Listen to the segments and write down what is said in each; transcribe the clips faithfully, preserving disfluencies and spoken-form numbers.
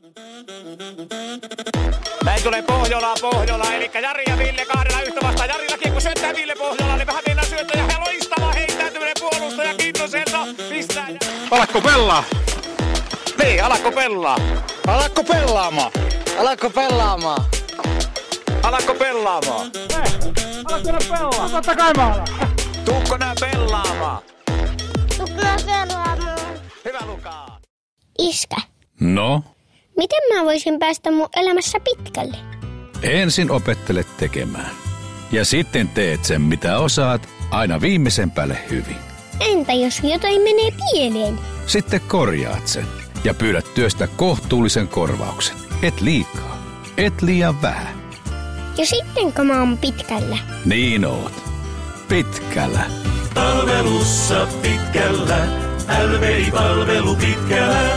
Näin tulee Pohjola, Pohjola, eli Jari ja Ville kahdella yhtä vastaan. Jarilla kiekko syöttää Ville Pohjola, niin vähän mennään syöttöjä. Ja loistava heittäytyminen puolustaja Kintoselta pistää. Alakko pelaa? Niin, alakko pelaa? Alakko pelaamaan? Alakko pelaamaan? Alakko pelaamaan? Hei, alakko nää pelaa? Totta kai mä alan. Tuukko nää pelaamaan? Tuukko nää pelaamaan? Hyvä Lukaa. Iskä, No? miten mä voisin päästä mun elämässä pitkälle? Ensin opettele tekemään. Ja sitten teet sen, mitä osaat, aina viimeisen päälle hyvin. Entä jos jotain menee pieleen? Sitten korjaat sen ja pyydät työstä kohtuullisen korvauksen. Et liikaa, et liian vähän. Ja sitten kun mä oon pitkällä. Niin oot. Pitkällä. Palvelussa pitkällä. L V I-palvelu pitkällä.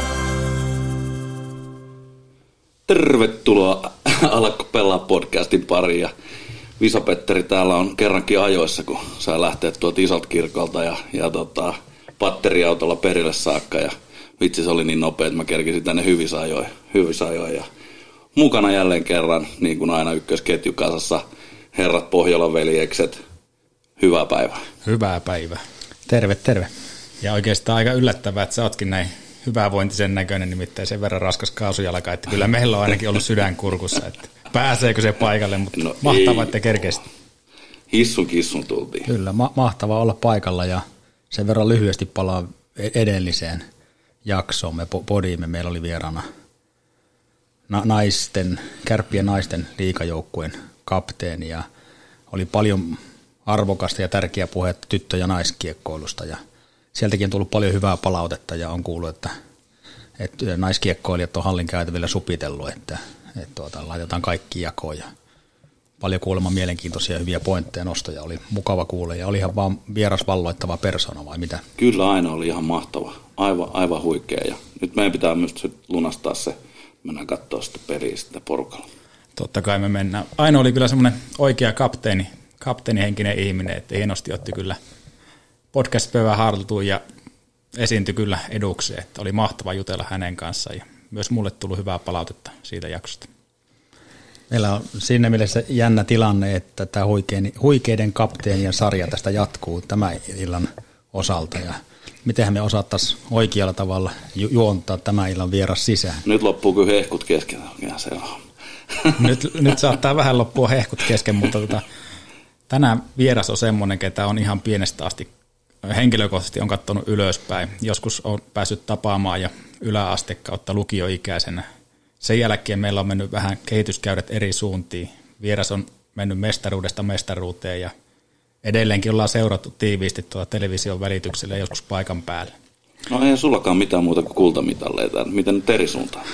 Tervetuloa Alakko pelaa podcastin pariin. Ja Visa-Petteri täällä on kerrankin ajoissa, kun saa lähteä tuolta isolta kirkolta ja, ja tota, patteriautolla perille saakka. Ja vitsi, se oli niin nopea, että mä kerkisin tänne hyvissä ajoin. Hyvissä ajoin. Ja mukana jälleen kerran, niin kuin aina ykkösketjukasassa, herrat Pohjolan veljekset. Hyvää päivää. Hyvää päivää. Terve, terve. Ja oikeastaan aika yllättävää, että sä ootkin näin hyvävointisen näköinen, nimittäin sen verran raskas kaasujalka, että kyllä meillä on ainakin ollut sydän kurkussa, että pääseekö se paikalle, mutta no mahtavaa, että kerkesit. Hissun kissun tultiin. Kyllä, ma- mahtavaa olla paikalla ja sen verran lyhyesti palaa edelliseen jaksoon. Me podiimme, meillä oli vieraana na- naisten, Kärppien naisten liigajoukkueen kapteeni ja oli paljon arvokasta ja tärkeää puhetta tyttö- ja naiskiekkoilusta ja sieltäkin on tullut paljon hyvää palautetta ja on kuullut, että, että naiskiekkoilijat on hallin käytävillä supitellut, että, että tuota, laitetaan kaikki jakoon ja paljon kuulemma mielenkiintoisia hyviä pointteja nostoja. Oli mukava kuulla ja oli ihan vaan vieras valloittava persona vai mitä? Kyllä aina oli ihan mahtava, aivan, aivan huikea ja nyt meidän pitää myös lunastaa se, mennään katsoa sitä peliä sitten porukalla. Totta kai me mennään. Aino oli kyllä semmoinen oikea kapteeni, kapteenihenkinen ihminen, että hienosti otti kyllä podcast-pöydän haltuun ja esiintyi kyllä edukseen, että oli mahtava jutella hänen kanssaan ja myös mulle tullut hyvää palautetta siitä jaksosta. Meillä on siinä mielessä jännä tilanne, että tämä huikeiden kapteenien sarja tästä jatkuu tämän illan osalta ja mitenhän me osattaisiin oikealla tavalla ju- juontaa tämän illan vieras sisään. Nyt loppuu kyllä hehkut kesken, ihan selvä. Nyt, nyt saattaa vähän loppua hehkut kesken, mutta tota, tänään vieras on semmoinen, ketä on ihan pienestä asti henkilökohtaisesti on katsonut ylöspäin. Joskus on päässyt tapaamaan ja yläaste kautta lukioikäisenä. Sen jälkeen meillä on mennyt vähän kehityskäyrät eri suuntiin. Vieras on mennyt mestaruudesta mestaruuteen ja edelleenkin ollaan seurattu tiiviisti tuolla television välityksellä joskus paikan päällä. No ei sullakaan mitään muuta kuin kultamitalleita. Miten nyt eri suuntaan?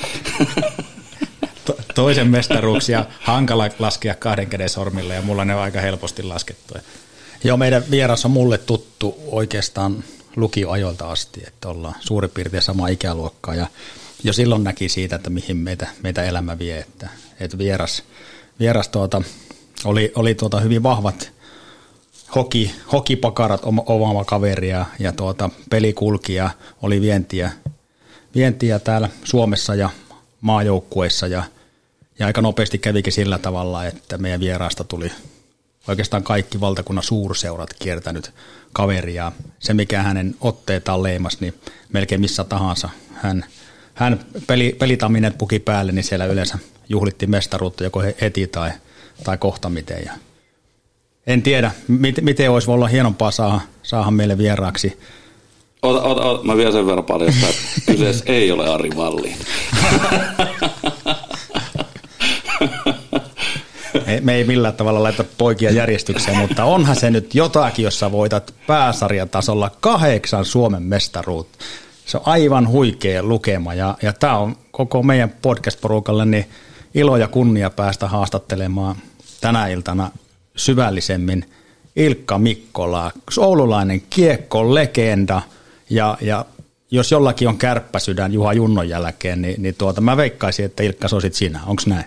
To- toisen mestaruuksia hankala laskea kahden käden sormilla ja mulla ne on aika helposti laskettu. Joo, meidän vieras on mulle tuttu oikeastaan lukioajoilta asti, että ollaan suurin piirtein sama ikäluokkaa ja jo silloin näki siitä, että mihin meitä, meitä elämä vie, että, että vieras, vieras tuota, oli, oli tuota hyvin vahvat hoki, hokipakarat omaava kaveri ja, ja tuota, peli kulki ja oli vientiä, vientiä täällä Suomessa ja maajoukkueissa ja, ja aika nopeasti kävikin sillä tavalla, että meidän vieraasta tuli oikeastaan kaikki valtakunnan suurseurat kiertänyt kaveri ja se mikä hänen otteitaan leimas, niin melkein missä tahansa hän, hän peli, pelitaminet puki päälle, niin siellä yleensä juhlittiin mestaruutta joko heti tai, tai kohta miten. Ja en tiedä, miten, miten olisi voinut olla hienompaa saada, saada meille vieraaksi. Ota, ota, ota, mä vielä sen verran paljastan, että kyseessä ei ole Ari Wallin. Me ei millään tavalla laita poikia järjestykseen, mutta onhan se nyt jotakin, jossa voitat pääsarjatasolla kahdeksan Suomen mestaruutta. Se on aivan huikea lukema ja, ja tämä on koko meidän podcast-porukalle niin ilo ja kunnia päästä haastattelemaan tänä iltana syvällisemmin Ilkka Mikkola, oululainen kiekko-legenda ja, ja jos jollakin on kärppäsydän Juha Junnon jälkeen, niin, niin tuota, mä veikkaisin, että Ilkka se olisit sinä. Onko näin?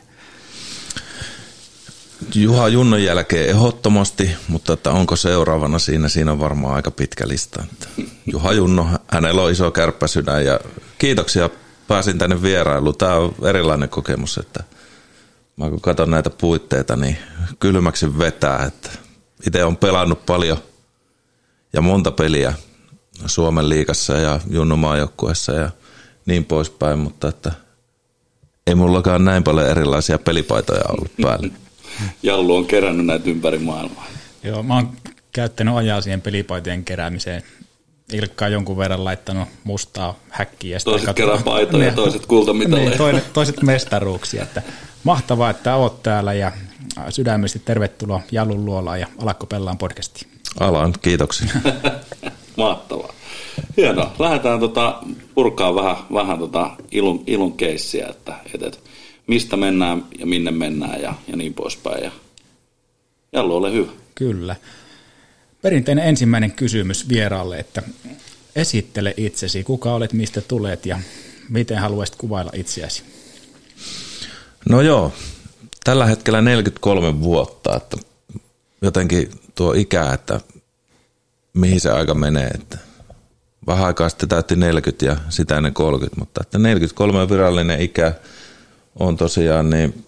Juha Junnon jälkeen ehdottomasti, mutta että onko seuraavana siinä, siinä on varmaan aika pitkä lista. Että Juha Junno, hänellä on iso kärppäsydän ja kiitoksia pääsin tänne vierailuun. Tämä on erilainen kokemus, että mä kun katson näitä puitteita, niin kylmäksi vetää. Että itse olen pelannut paljon ja monta peliä Suomen liigassa ja junnumaajoukkueessa ja niin poispäin, mutta että ei mullakaan näin paljon erilaisia pelipaitoja ollut päällä. Jallu on kerännyt näitä ympäri maailmaa. Joo, mä oon käyttänyt ajaa siihen pelipaitojen keräämiseen. Ilkka on jonkun verran laittanut mustaa häkkiä. Toiset kerää paitoja ja toiset kultamitaleja. Niin, toiset, toiset mestaruuksia. Että mahtavaa, että oot täällä ja sydämellisesti tervetuloa Jallun luolaan ja Alakko Pellaan podcastiin. Alan, kiitoksia. Mahtavaa. Hienoa. Lähdetään tota, purkaa vähän, vähän tota ilun, ilun keissiä, että, että mistä mennään ja minne mennään ja, ja niin poispäin. Ja Jallu, ole hyvä. Kyllä. Perinteinen ensimmäinen kysymys vieraalle, että esittele itsesi, kuka olet, mistä tulet ja miten haluaisit kuvailla itseäsi? No joo, tällä hetkellä neljäkymmentäkolme vuotta, että jotenkin tuo ikä, että mihin se aika menee, että vähän aikaa sitten täytti neljäkymmentä ja sitä ennen kolmekymmentä, mutta että neljäkymmentäkolme virallinen ikä on tosiaan niin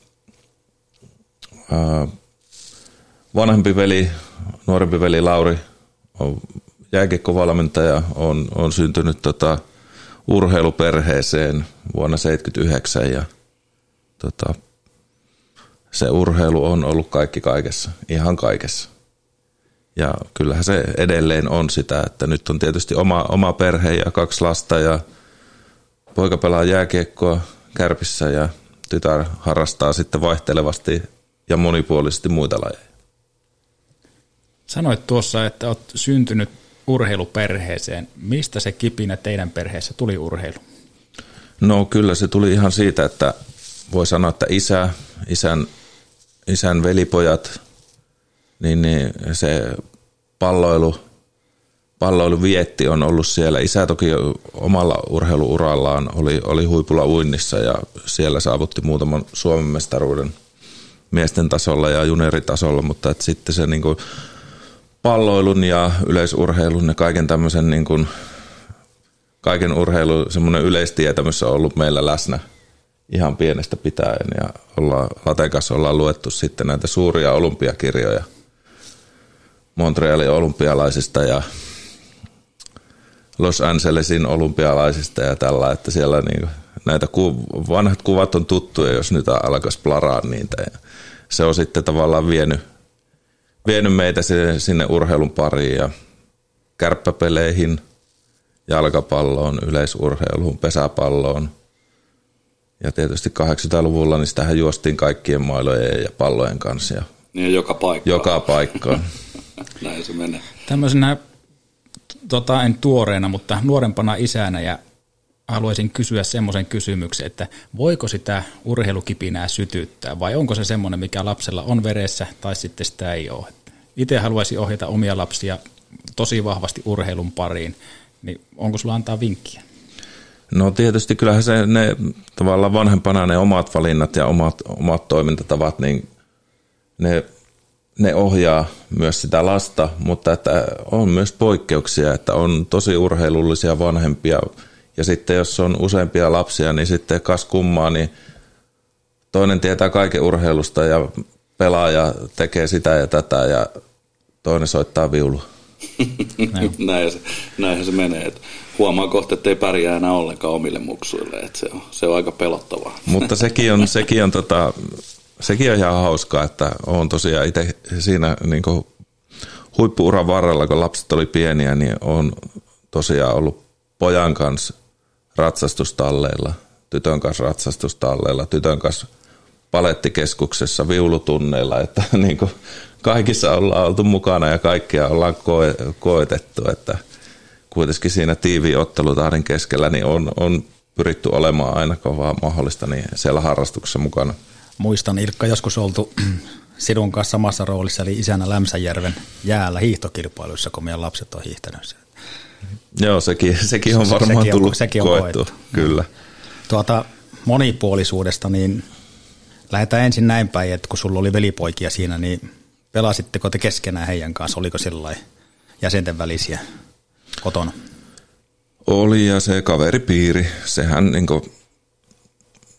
ää, vanhempi veli, nuorempi veli Lauri on jääkiekkovalmentaja, on, on syntynyt tota urheiluperheeseen vuonna seitsemänkymmentäyhdeksän ja tota, se urheilu on ollut kaikki kaikessa, ihan kaikessa. Ja kyllähän se edelleen on sitä, että nyt on tietysti oma, oma perhe ja kaksi lasta ja poika pelaa jääkiekkoa Kärpissä ja tytär harrastaa sitten vaihtelevasti ja monipuolisesti muita lajeja. Sanoit tuossa, että olet syntynyt urheiluperheeseen. Mistä se kipinä teidän perheessä tuli urheilu? No kyllä se tuli ihan siitä, että voi sanoa, että isä, isän, isän velipojat, niin, niin se palloilu, palloilu vietti on ollut siellä. Isä toki omalla urheiluurallaan oli, oli huipulla uinnissa ja siellä saavutti muutaman Suomen mestaruuden miesten tasolla ja junioritasolla, mutta että sitten se niin kuin palloilun ja yleisurheilun ja kaiken tämmöisen niin kuin, kaiken urheilu, semmoinen yleistietämys on ollut meillä läsnä ihan pienestä pitäen ja ollaan, Latekassa ollaan luettu sitten näitä suuria olympiakirjoja Montrealin olympialaisista ja Los Angelesin olympialaisista ja tällä, että siellä niin näitä ku, vanhat kuvat on tuttuja, jos nyt alkaisi plaraa niitä. Ja se on sitten tavallaan vienyt, vienyt meitä sinne urheilun pariin ja kärppäpeleihin, jalkapalloon, yleisurheiluun, pesäpalloon. Ja tietysti kahdeksankymmentäluvulla niin sitähän juostiin kaikkien mailojen ja pallojen kanssa. Ja niin joka paikkaan. Joka paikkaan. Näin se menee. Tämmöisenä, tota, en tuoreena, mutta nuorempana isänä ja haluaisin kysyä semmoisen kysymyksen, että voiko sitä urheilukipinää sytyttää vai onko se semmoinen, mikä lapsella on veressä tai sitten sitä ei ole. Itse haluaisin ohjata omia lapsia tosi vahvasti urheilun pariin, niin onko sulla antaa vinkkiä? No tietysti kyllähän se ne tavallaan vanhempana ne omat valinnat ja omat, omat toimintatavat, niin ne, ne ohjaa myös sitä lasta, mutta että on myös poikkeuksia, että on tosi urheilullisia vanhempia ja sitten jos on useampia lapsia, niin sitten kas kummaa, niin toinen tietää kaiken urheilusta ja pelaa ja tekee sitä ja tätä ja toinen soittaa viulua. Näin se, näinhän se menee. Että huomaa kohta, että ei pärjää enää ollenkaan omille muksuille. Että se, on, se on aika pelottavaa. Mutta sekin on, sekin on, tota, sekin on ihan hauskaa, että olen tosiaan itse siinä niin kuin huippu-uran varrella, kun lapset oli pieniä, niin olen tosiaan ollut pojan kanssa ratsastustalleilla, tytön kanssa ratsastustalleilla, tytön kanssa palettikeskuksessa viulutunneilla, että niin kuin kaikissa ollaan oltu mukana ja kaikkia ollaan koe- koetettu, että kuitenkin siinä tiiviin ottelutahdin keskellä niin on, on pyritty olemaan aina kun vaan mahdollista niin siellä harrastuksessa mukana. Muistan Ilkka joskus oltu sinun kanssa samassa roolissa, eli isänä Lämsäjärven jäällä hiihtokilpailuissa, kun meidän lapset on hiihtänyt. Joo, sekin, sekin on varmaan sekin tullut on, sekin on koettua, koettu. kyllä. Tuota, monipuolisuudesta, niin lähdetään ensin näin päin, että kun sulla oli velipoikia siinä, niin pelasitteko te keskenään heidän kanssa? Oliko sellainen jäsenten välisiä kotona? Oli ja se kaveripiiri, sehän niin kuin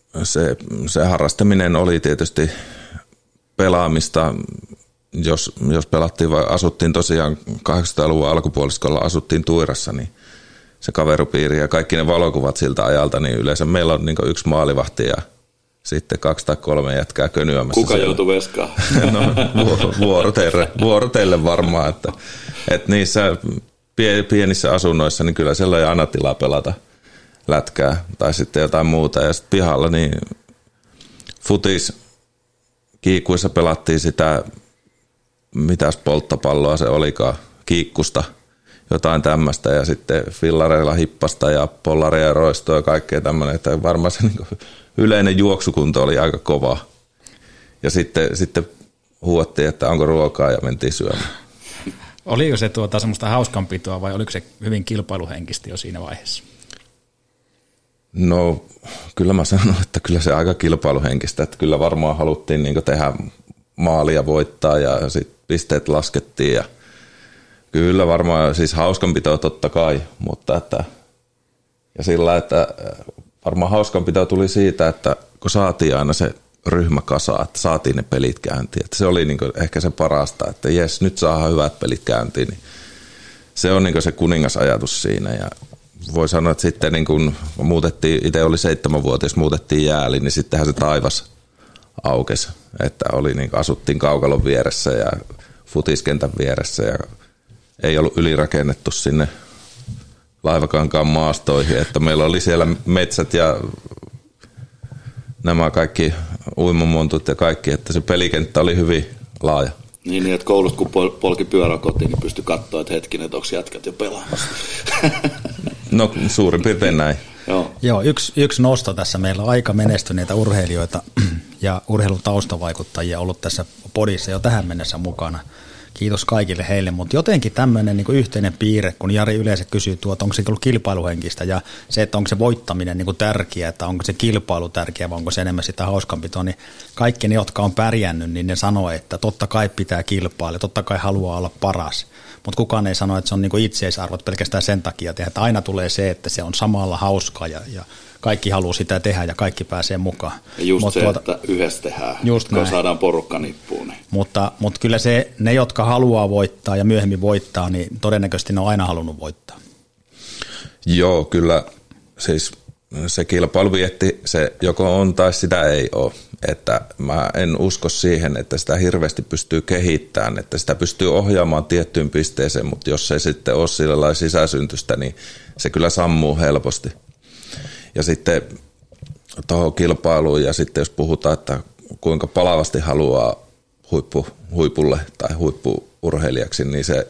se, se harrastaminen oli tietysti pelaamista, jos, jos pelattiin vai asuttiin tosiaan kahdeksankymmentäluvun alkupuoliskolla asuttiin Tuirassa, niin se kaverupiiri ja kaikki ne valokuvat siltä ajalta, niin yleensä meillä on niin yksi maalivahti ja sitten kaksi tai kolme jätkää könyämässä. Kuka joutui veskaan? No, vuorotelle, vuorotelle varmaan, että, että niissä pienissä asunnoissa niin kyllä siellä ei aina tilaa pelata lätkää tai sitten jotain muuta. Ja sitten pihalla niin futis kiikuissa pelattiin sitä, mitäs polttopalloa se olikaan, kiikkusta, jotain tämmöistä ja sitten fillareilla hippasta ja pollaria ja roistoa ja kaikkea tämmöinen, että varmaan se niin yleinen juoksukunto oli aika kova. Ja sitten, sitten huuattiin, että onko ruokaa ja mentiin syömään. Oliko se tuota semmoista hauskanpitoa vai oliko se hyvin kilpailuhenkistä jo siinä vaiheessa? No kyllä mä sanon, että kyllä se aika kilpailuhenkistä, että kyllä varmaan haluttiin niin tehdä maalia voittaa ja sitten pisteet laskettiin ja kyllä varmaan siis hauskanpitoa totta kai, mutta että ja sillä, että varmaan hauskanpitoa tuli siitä, että kun saatiin aina se ryhmä kasaan, että saatiin ne pelit käyntiin, että se oli niin ehkä se parasta, että jes, nyt saadaan hyvät pelit käyntiin, niin se on niin se kuningasajatus siinä ja voi sanoa, että sitten niin kun muutettiin, itse oli seitsemänvuotias, muutettiin jääli, niin sittenhän se taivas aukesi, että oli niin, asuttiin kaukalon vieressä ja futiskentän vieressä ja ei ollut ylirakennettu sinne Laivakankaan maastoihin, että meillä oli siellä metsät ja nämä kaikki uimamontut ja kaikki, että se pelikenttä oli hyvin laaja. Niin, että koulut kun polki pyörän kotiin, niin pystyi katsoa, että hetkinen, että onko jätkät jo pelaamassa. No suurin piirtein näin. Joo, Joo yksi, yksi nosto tässä. Meillä on aika menestyneitä urheilijoita ja urheilutaustavaikuttajia ollut tässä podissa jo tähän mennessä mukana. Kiitos kaikille heille, mutta jotenkin tämmöinen niin kuin yhteinen piirre, kun Jari yleensä kysyy tuota, onko se ollut kilpailuhenkistä ja se, että onko se voittaminen niin kuin tärkeä, että onko se kilpailu tärkeä vai onko se enemmän sitä hauskanpitoa, niin kaikki ne, jotka on pärjännyt, niin ne sanoo, että totta kai pitää kilpailla, totta kai haluaa olla paras, mutta kukaan ei sano, että se on niin kuin itseisarvot pelkästään sen takia tehdä, että aina tulee se, että se on samalla hauskaa ja, ja kaikki haluaa sitä tehdä ja kaikki pääsee mukaan. Ja just Mut se, tuota, että yhdessä tehdään, just kun saadaan porukka nippuun. Niin. Mutta, mutta kyllä se, ne, jotka haluaa voittaa ja myöhemmin voittaa, niin todennäköisesti ne on aina halunnut voittaa. Joo, kyllä siis se kilpailuvietti, se joko on tai sitä ei ole. Että mä en usko siihen, että sitä hirveästi pystyy kehittämään, että sitä pystyy ohjaamaan tiettyyn pisteeseen, mutta jos se sitten ole sillä lailla sisäsyntystä, niin se kyllä sammuu helposti. Ja sitten tuohon kilpailuun ja sitten jos puhutaan, että kuinka palavasti haluaa huippu, huipulle tai huippu-urheilijaksi, niin se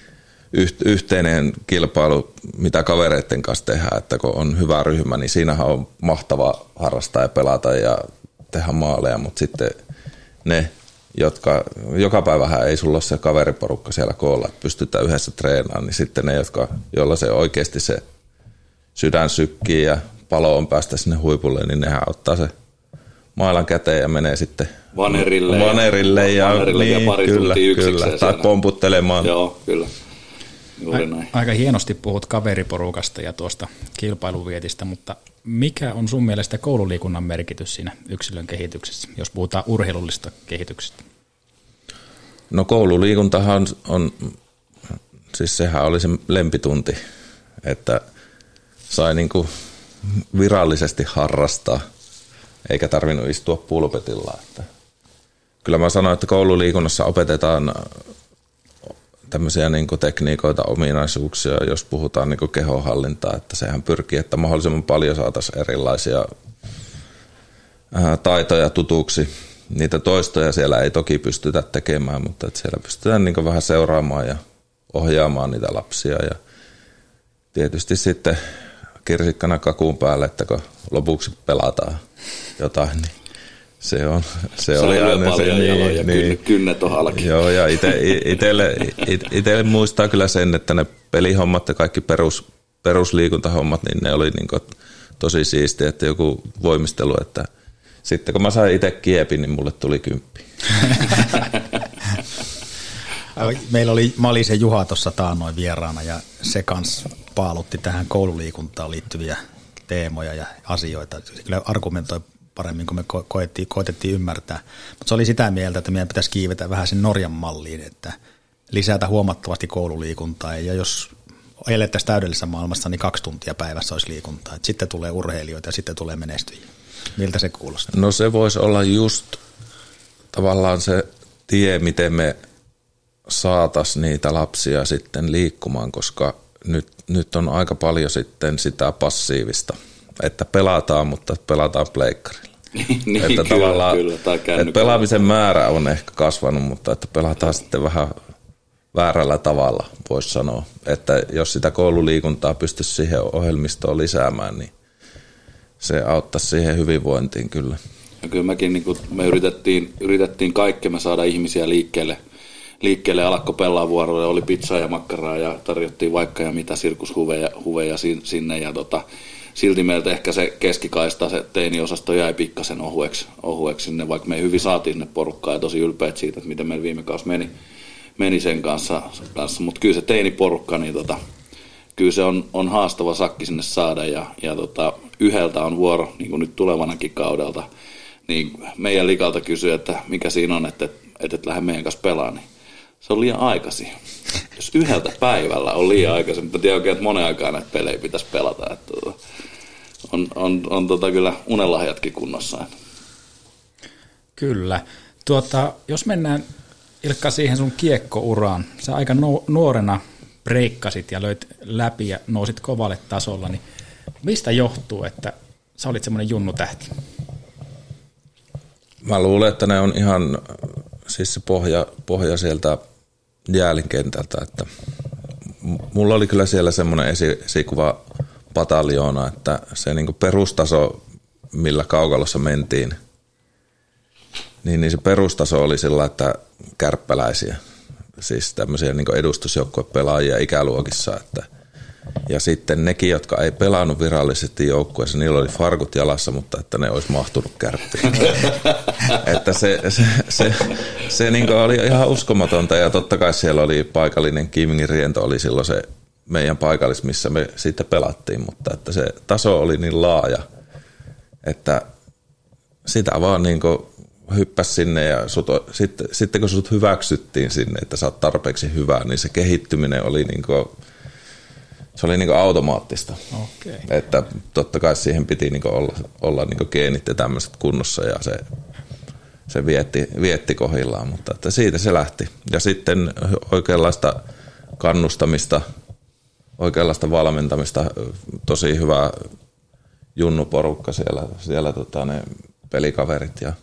yhteinen kilpailu, mitä kavereiden kanssa tehdään, että kun on hyvä ryhmä, niin siinähän on mahtava harrastaa ja pelata ja tehdä maaleja, mutta sitten ne, jotka joka päivähän ei sulla ole se kaveriporukka siellä koolla, että pystytään yhdessä treenaamaan, niin sitten ne, jotka, joilla se oikeasti se sydän sykkii ja palo on päästä sinne huipulle, niin nehän ottaa se mailan käteen ja menee sitten vanerille, vanerille ja, ja, vanerille niin, ja pari kyllä, kyllä, tai siellä pomputtelemaan. Joo, kyllä. Näin. Aika hienosti puhut kaveriporukasta ja tuosta kilpailuvietistä, mutta mikä on sun mielestä koululiikunnan merkitys siinä yksilön kehityksessä, jos puhutaan urheilullisesta kehityksestä? No koululiikuntahan on, siis sehän oli se lempitunti, että sai niinku virallisesti harrastaa, eikä tarvinnut istua pulpetilla. Että kyllä mä sanoin, että koululiikunnassa opetetaan tämmöisiä niinku tekniikoita, ominaisuuksia, jos puhutaan niinku kehonhallintaa, että sehän pyrkii, että mahdollisimman paljon saataisiin erilaisia ää, taitoja tutuksi. Niitä toistoja siellä ei toki pystytä tekemään, mutta että siellä pystytään niinku vähän seuraamaan ja ohjaamaan niitä lapsia ja tietysti sitten kirsikkana kakuun päälle, että kun lopuksi pelataan jotain, niin se on. Se oli aina se, niin, ja niin, kynnet on halki. Joo, ja itselle, itselle muistaa kyllä sen, että ne pelihommat ja kaikki perus, perusliikuntahommat, niin ne oli niin kuin tosi siistiä, että joku voimistelu, että sitten kun mä sain itse kiepin, niin mulle tuli kymppi. Meillä oli Malisen Juha tuossa taannoin vieraana ja se kanssa paalutti tähän koululiikuntaan liittyviä teemoja ja asioita. Se kyllä argumentoi paremmin kuin me ko- koettiin, koetettiin ymmärtää. Mutta se oli sitä mieltä, että meidän pitäisi kiivetä vähän sen Norjan malliin, että lisätä huomattavasti koululiikuntaa, ja jos elettäisiin täydellisessä maailmassa, niin kaksi tuntia päivässä olisi liikuntaa. Et sitten tulee urheilijoita ja sitten tulee menestyjiä. Miltä se kuulostaa? No se voisi olla just tavallaan se tie, miten me saataisiin niitä lapsia sitten liikkumaan, koska nyt, nyt on aika paljon sitten sitä passiivista, että pelataan, mutta pelataan pleikkarilla. niin, että kyllä, tavallaan, kyllä, että pelaamisen määrä on ehkä kasvanut, mutta että pelataan sitten vähän väärällä tavalla, voisi sanoa. Että jos sitä koululiikuntaa pystyisi siihen ohjelmistoon lisäämään, niin se auttaisi siihen hyvinvointiin kyllä. Ja kyllä mekin niin kuin me yritettiin, yritettiin kaikkemme saada ihmisiä liikkeelle. Liikkeelle Alakko pelaa vuorolle, oli pizzaa ja makkaraa ja tarjottiin vaikka ja mitä sirkushuveja huveja sinne. Ja tota, silti meiltä ehkä se keskikaista, se teiniosasto jäi pikkasen ohueksi, ohueksi sinne, vaikka me hyvin saatiin sinne porukkaa ja tosi ylpeät siitä, että miten meillä viime kausi meni, meni sen kanssa. kanssa. Mutta kyllä se teiniporukka, niin tota, kyllä se on, on haastava sakki sinne saada ja, ja tota, yhdeltä on vuoro, niin kuin nyt tulevanakin kaudelta. Niin meidän likalta kysyy, että mikä siinä on, että et, et, et lähde meidän kanssa pelaamaan, niin se on liian aikaisin. Jos yhdeltä päivällä on liian aikaisin, mutta tiedän oikein, että monen aikaa näitä pelejä pitäisi pelata. Että on on, on tota kyllä unelahjatkin kunnossa. Kyllä. Tuota, jos mennään, Ilkka, siihen sun kiekkouraan. Sä aika no, nuorena breikkasit ja löit läpi ja nousit kovalle tasolla. Niin mistä johtuu, että sä olit semmoinen junnutähti? Mä luulen, että ne on ihan siis se pohja, pohja sieltä jäälinkentältä, että mulla oli kyllä siellä semmoinen esi, esikuva pataljoona, että se niinku perustaso, millä kaukalossa mentiin, niin, niin se perustaso oli sillä, että kärppäläisiä, siis tämmöisiä niinku edustusjoukkuepelaajia ikäluokissa, että ja sitten nekin, jotka ei pelannut virallisesti joukkueessa, niillä oli farkut jalassa, mutta että ne olisi mahtunut kärppiin. että se, se, se, se niin oli ihan uskomatonta ja totta kai siellä oli paikallinen Kiimingin riento, oli silloin se meidän paikallis, missä me sitten pelattiin, mutta että se taso oli niin laaja, että sitä vaan niin hyppäsi sinne ja sut, sitten, sitten kun sut hyväksyttiin sinne, että sä oot tarpeeksi hyvä, niin se kehittyminen oli niin kuin se oli niinku automaattista, okay. Että totta kai siihen piti niinku olla, olla niinku geenit ja tämmöiset kunnossa ja se, se vietti, vietti kohdillaan, mutta että siitä se lähti. Ja sitten oikeanlaista kannustamista, oikeanlaista valmentamista, tosi hyvä junnuporukka siellä, siellä tota ne pelikaverit ja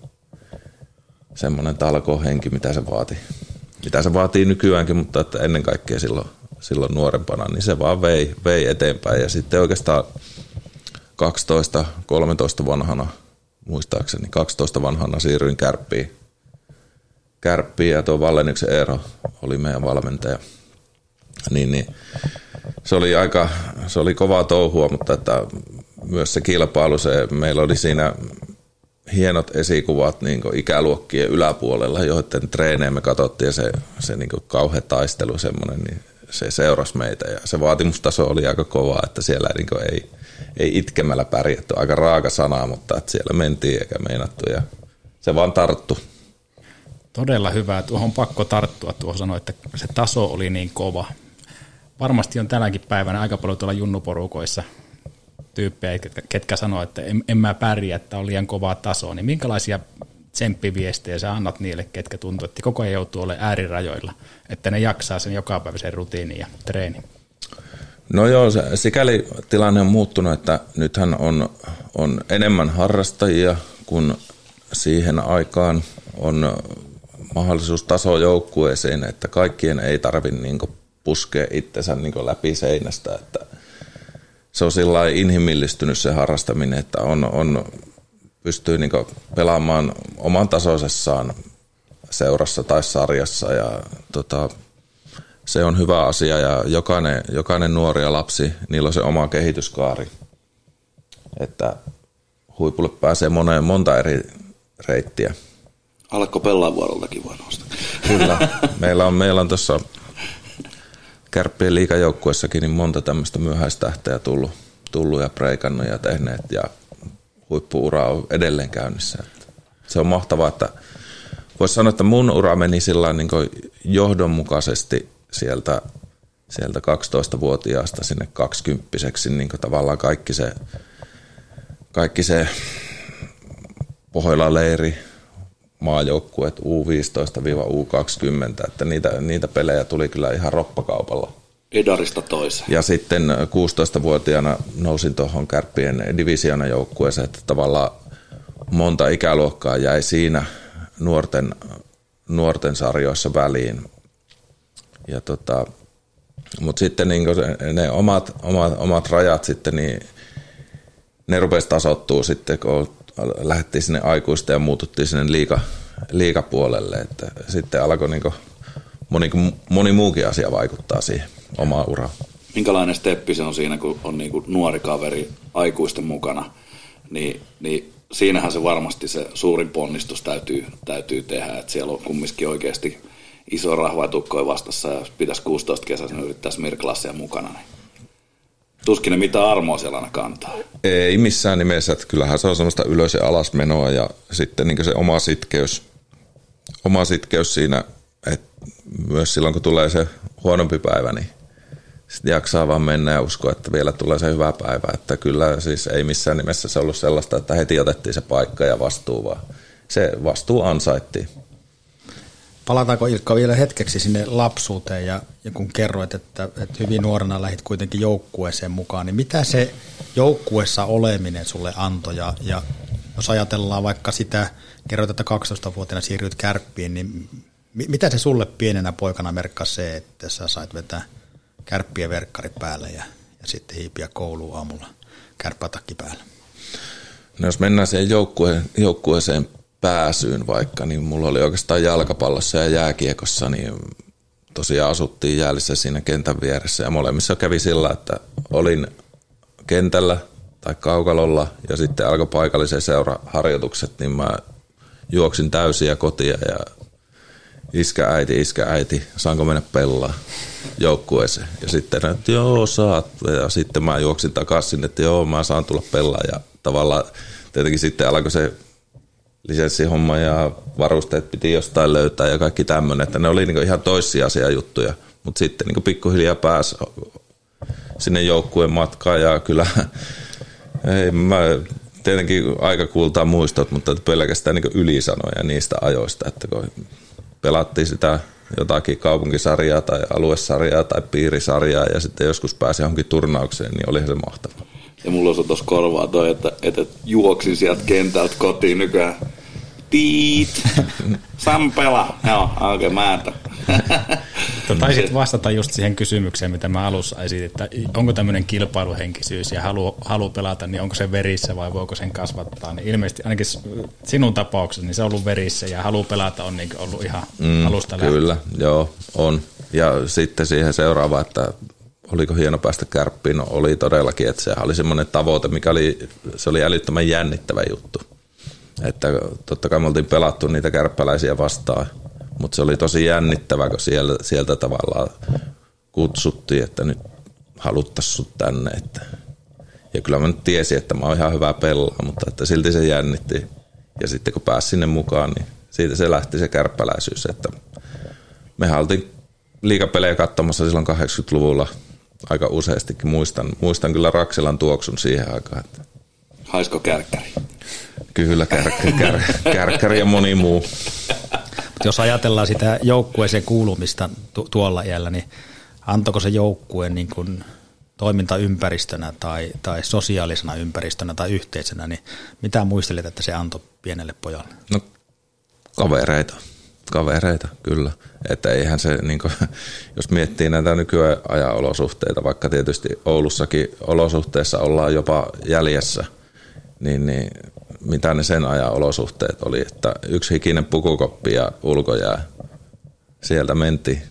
semmoinen talkohenki, mitä se vaatii. Mitä se vaatii nykyäänkin, mutta että ennen kaikkea silloin silloin nuorempana, niin se vaan vei, vei eteenpäin. Ja sitten oikeastaan kaksitoista kolmetoista vanhana, muistaakseni kaksitoista vanhana siirryin Kärppiin. Kärppiin ja tuo Vallenyksen Eero oli meidän valmentaja. Niin, niin, se oli aika, se oli kovaa touhua, mutta että myös se kilpailu, se, meillä oli siinä hienot esikuvat niin kuin ikäluokkien yläpuolella, joiden treenejä me katsottiin ja se, se niin kuin kauhea taistelu semmoinen, niin se seurasi meitä ja se vaatimustaso oli aika kova, että siellä niin kuin ei, ei itkemällä pärjätty. Aika raaka sana, mutta että siellä mentiin eikä meinattu ja se vaan tarttu. Todella hyvä. Tuohon on pakko tarttua. Tuohon sanoi, että se taso oli niin kova. Varmasti on tänäkin päivänä aika paljon tuolla junnuporukoissa tyyppejä, ketkä, ketkä sanoo, että en, en mä pärjää, että on liian kovaa tasoa. Niin minkälaisia tsemppiviestejä sä annat niille, ketkä tuntuu, että koko ajan joutuu olemaan äärirajoilla, että ne jaksaa sen jokapäiväisen rutiinin ja treenin? No joo, se, sikäli tilanne on muuttunut, että nythän on, on enemmän harrastajia, kun siihen aikaan on mahdollisuus tasojoukkueeseen, että kaikkien ei tarvitse niin puskea itsensä niin läpi seinästä, että se on sillä lailla inhimillistynyt se harrastaminen, että on, on pystyy niin pelaamaan oman tasoisessaan seurassa tai sarjassa ja tota, se on hyvä asia ja jokainen, jokainen nuori ja lapsi, niillä on se oma kehityskaari, että huipulle pääsee moneen, monta eri reittiä. Alakko pelaa vuoroltakin voi nostaa. Kyllä, meillä on, meillä on tuossa Kärppien liigajoukkuessakin niin monta tämmöistä myöhäistähteä tullut, tullut ja preikannut ja tehneet ja huippu-ura on edelleen käynnissä. Se on mahtavaa, että voisi sanoa, että mun ura meni sillä niin kuin johdonmukaisesti sieltä, sieltä kaksitoistavuotiaasta sinne kaksikymppiseksi, niin kuin tavallaan kaikki se, kaikki se Pohjola-leiri, maajoukkueet U viisitoista U kaksikymmentä, että niitä, niitä pelejä tuli kyllä ihan roppakaupalla. Edarista toiseen. Ja sitten kuusitoistavuotiaana nousin tuohon Kärppien divisionajoukkueeseen, että tavallaan monta ikäluokkaa jäi siinä nuorten, nuorten sarjoissa väliin. Ja tota, mutta sitten niin ne omat, omat, omat rajat sitten, niin ne rupesi tasoittua sitten, kun lähdettiin sinne aikuisten ja muututtiin sinne liiga, liigapuolelle. Että sitten alkoi niin moni, moni muukin asia vaikuttaa siihen omaan uraan. Minkälainen steppi se on siinä, kun on niin kuin nuori kaveri aikuisten mukana, niin, niin siinähän se varmasti se suurin ponnistus täytyy, täytyy tehdä, että siellä on kumminkin oikeasti iso rahva ja tukkoja vastassa ja jos pitäisi kuusitoista kesässä, niin yrittäisi Mir-klassia mukana, niin tuskin ne mitään armoa siellä aina kantaa. Ei missään nimessä, että kyllähän se on semmoista ylös- ja alasmenoa ja sitten niin se oma sitkeys, oma sitkeys siinä, että myös silloin kun tulee se huonompi päivä, niin sitten jaksaa vaan mennä ja uskoa, että vielä tulee se hyvä päivä. Että kyllä siis ei missään nimessä se ollut sellaista, että heti otettiin se paikka ja vastuu, vaan se vastuu ansaittiin. Palataanko Ilkka vielä hetkeksi sinne lapsuuteen ja, ja kun kerroit, että, että hyvin nuorena lähdit kuitenkin joukkueeseen mukaan, niin mitä se joukkueessa oleminen sulle antoi ja, ja jos ajatellaan vaikka sitä, kerroit, että kaksitoistavuotiaana siirryit Kärppiin, niin mitä se sulle pienenä poikana merkkasi se, että sä sait vetää Kärppien verkkarit päälle ja, ja sitten hiipiä kouluun aamulla kärppätakki päällä? No jos mennään siihen joukkue, joukkueeseen pääsyyn vaikka, niin mulla oli oikeastaan jalkapallossa ja jääkiekossa, niin tosiaan asuttiin Jäälissä siinä kentän vieressä ja molemmissa kävi sillä, että olin kentällä tai kaukalolla ja sitten alkoi paikallisen seuraharjoitukset, niin mä juoksin täysiä kotia ja iskä äiti, iskä äiti, saanko mennä pelaa joukkueeseen. Ja sitten, että joo saat. Ja sitten mä juoksin takaisin, että joo mä saan tulla pelaa. Ja tavallaan tietenkin sitten alkoi se lisenssihomma ja varusteet piti jostain löytää ja kaikki tämmöinen. Että ne oli niinku ihan toissijaisia juttuja. Mutta sitten niinku pikkuhiljaa pääsi sinne joukkueen matkaan ja kyllä ei, mä tietenkin aika kuultaa muistot, mutta pelkästään niinku ylisanoja niistä ajoista, että kun pelattiin sitä jotakin kaupunkisarjaa tai aluesarjaa tai piirisarjaa ja sitten joskus pääsi johonkin turnaukseen, niin olihan se mahtavaa. Ja mulla on tuossa korvaa toi, että, että juoksin sieltä kentältä kotiin nykyään. Tiit! Sampela! Joo, okei, okay, mä ääntä. Taisit vastata just siihen kysymykseen, mitä mä alussa esitin, että onko tämmöinen kilpailuhenkisyys ja halu, halu pelata, niin onko se verissä vai voiko sen kasvattaa? Niin ilmeisesti ainakin sinun tapauksessa niin se on ollut verissä ja halu pelata on niin ollut ihan mm, alusta lähtien. Kyllä, joo, on. Ja sitten siihen seuraava, että oliko hieno päästä Kärppiin? No oli todellakin, että se oli semmoinen tavoite, mikä oli, se oli älyttömän jännittävä juttu. Että totta kai me oltiin pelattu niitä kärppäläisiä vastaan, mutta se oli tosi jännittävä, kun sieltä, sieltä tavallaan kutsuttiin, että nyt haluttaisiin sut tänne. Että. Ja kyllä mä nyt tiesin, että mä oon ihan hyvä pelaa, mutta että silti se jännitti. Ja sitten kun pääsi sinne mukaan, niin siitä se lähti se kärppäläisyys. Että mehän oltiin liigapelejä katsomassa silloin kahdeksankymmentäluvulla aika useastikin. Muistan, muistan kyllä Raksilan tuoksun siihen aikaan. Että haisko kärkkäri? Kyllä, kärkkäri, kär, kärkkäri ja moni muu. Mutta jos ajatellaan sitä joukkueeseen kuulumista tu- tuolla iällä, niin antoiko se joukkue niin kuin toimintaympäristönä tai, tai sosiaalisena ympäristönä tai yhteisönä, niin mitä muistelit, että se antoi pienelle pojalle? No kavereita, kavereita kyllä. Että eihän se, niin kuin, jos miettii näitä nykyajan olosuhteita, vaikka tietysti Oulussakin olosuhteissa ollaan jopa jäljessä, niin, niin mitä ne sen ajan olosuhteet oli, että yksi hikinen pukukoppi ja ulkojää, sieltä mentiin.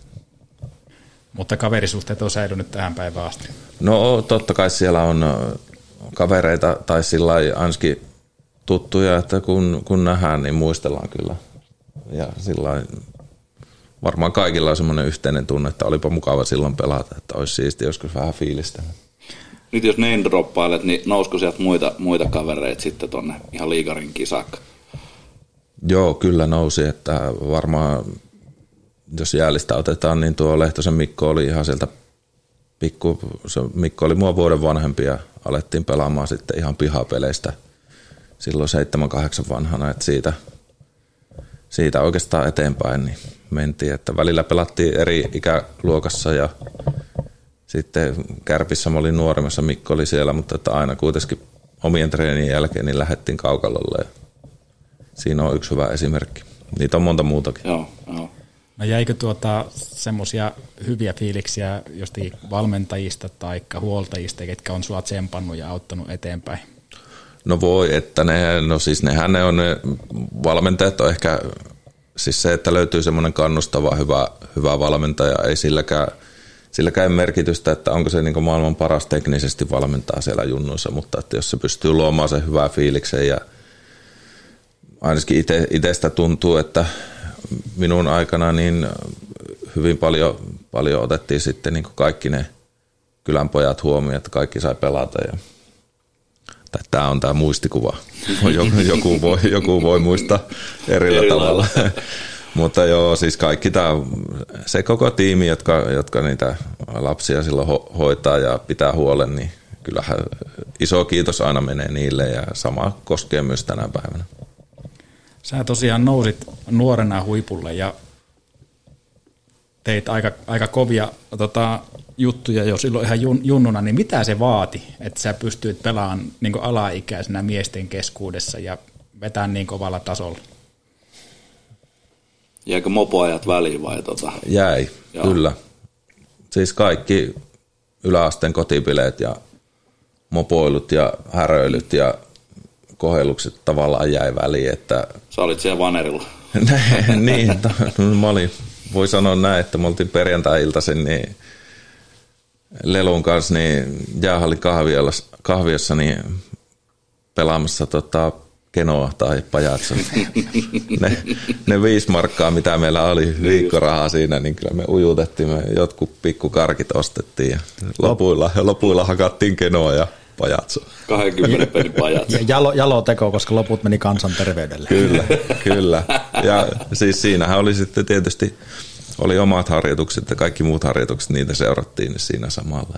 Mutta kaverisuhteet on säilynyt tähän päivään asti. No totta kai siellä on kavereita tai sillä lailla ainakin tuttuja, että kun, kun nähdään, niin muistellaan kyllä. Ja sillä lailla varmaan kaikilla on semmoinen yhteinen tunne, että olipa mukava silloin pelata, että olisi siisti joskus vähän fiilistä. Nyt jos name droppailet, niin nousko sieltä muita, muita kavereita sitten tonne ihan liigarinkin saakka? Joo, kyllä nousi, että varmaan jos jäälistä otetaan, niin tuo Lehtosen Mikko oli ihan sieltä pikku, se Mikko oli mua vuoden vanhempi ja alettiin pelaamaan sitten ihan pihapeleistä silloin seitsemän kahdeksan vanhana, että siitä, siitä oikeastaan eteenpäin niin mentiin, että välillä pelattiin eri ikäluokassa ja sitten Kärpissä mä olin nuoremmassa, Mikko oli siellä, mutta että aina kuitenkin omien treenien jälkeen niin lähdettiin kaukalolle ja siinä on yksi hyvä esimerkki. Niitä on monta muutakin. Joo, joo. No jäikö tuota semmoisia hyviä fiiliksiä jostain valmentajista tai huoltajista, ketkä on sua tsempannut ja auttanut eteenpäin? No voi, että ne, no siis nehän ne on, ne valmentajat on ehkä, siis se, että löytyy semmoinen kannustava, hyvä, hyvä valmentaja, ei silläkään, silläkään merkitystä, että onko se niin kuin maailman paras teknisesti valmentaa siellä junnuissa, mutta että jos se pystyy luomaan sen hyvää fiiliksen ja ainakin ite, itestä tuntuu, että minun aikana niin hyvin paljon, paljon otettiin sitten niin kuin kaikki ne kylänpojat huomioon, että kaikki sai pelata. Ja, tai tämä on tämä muistikuva. Joku, joku, voi, joku voi muistaa eri tavalla. Mutta joo, siis kaikki tämä, se koko tiimi, jotka, jotka niitä lapsia silloin ho, hoitaa ja pitää huolen, niin kyllähän iso kiitos aina menee niille ja sama koskee myös tänä päivänä. Sä tosiaan nousit nuorena huipulle ja teit aika, aika kovia tota, juttuja jo silloin ihan jun, junnuna, niin mitä se vaati, että sä pystyit pelaamaan niin kuin alaikäisenä miesten keskuudessa ja vetämään niin kovalla tasolla? Jäikö mopoajat väliin vai tota? Jäi, Joo. Kyllä. Siis kaikki yläasteen kotipileet ja mopoilut ja häröilyt ja kohellukset tavallaan jäi väliin, että... Sä olit siellä vanerilla. Niin, mä olin, voi sanoa näin, että me oltiin perjantai-iltaisin niin Lelun kanssa niin jäähallin kahviossa, kahviossa niin pelaamassa tota kenoa tai pajatso. Ne, ne viisi markkaa, mitä meillä oli viikkorahaa siinä, niin kyllä me ujutettiin, me jotkut pikkukarkit ostettiin ja lopuilla, lopuilla hakattiin kenoa ja pajatso. kaksikymmentä pennin pajatso. Ja jalo, jalo teko, koska loput meni kansanterveydelle. Kyllä, kyllä. Ja siis siinähän oli sitten tietysti, oli omat harjoitukset ja kaikki muut harjoitukset, niitä seurattiin siinä samalla.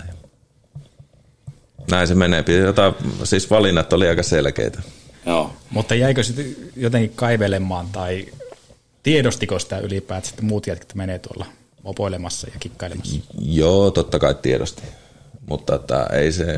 Näin se menee. Jotain, siis valinnat oli aika selkeitä. Joo. Mutta jäikö sitten jotenkin kaivelemaan tai tiedostiko sitä ylipäätään sitten muut jätkät menee tuolla mopoilemassa ja kikkailemassa? Joo, totta kai tiedosti. Mutta että ei se...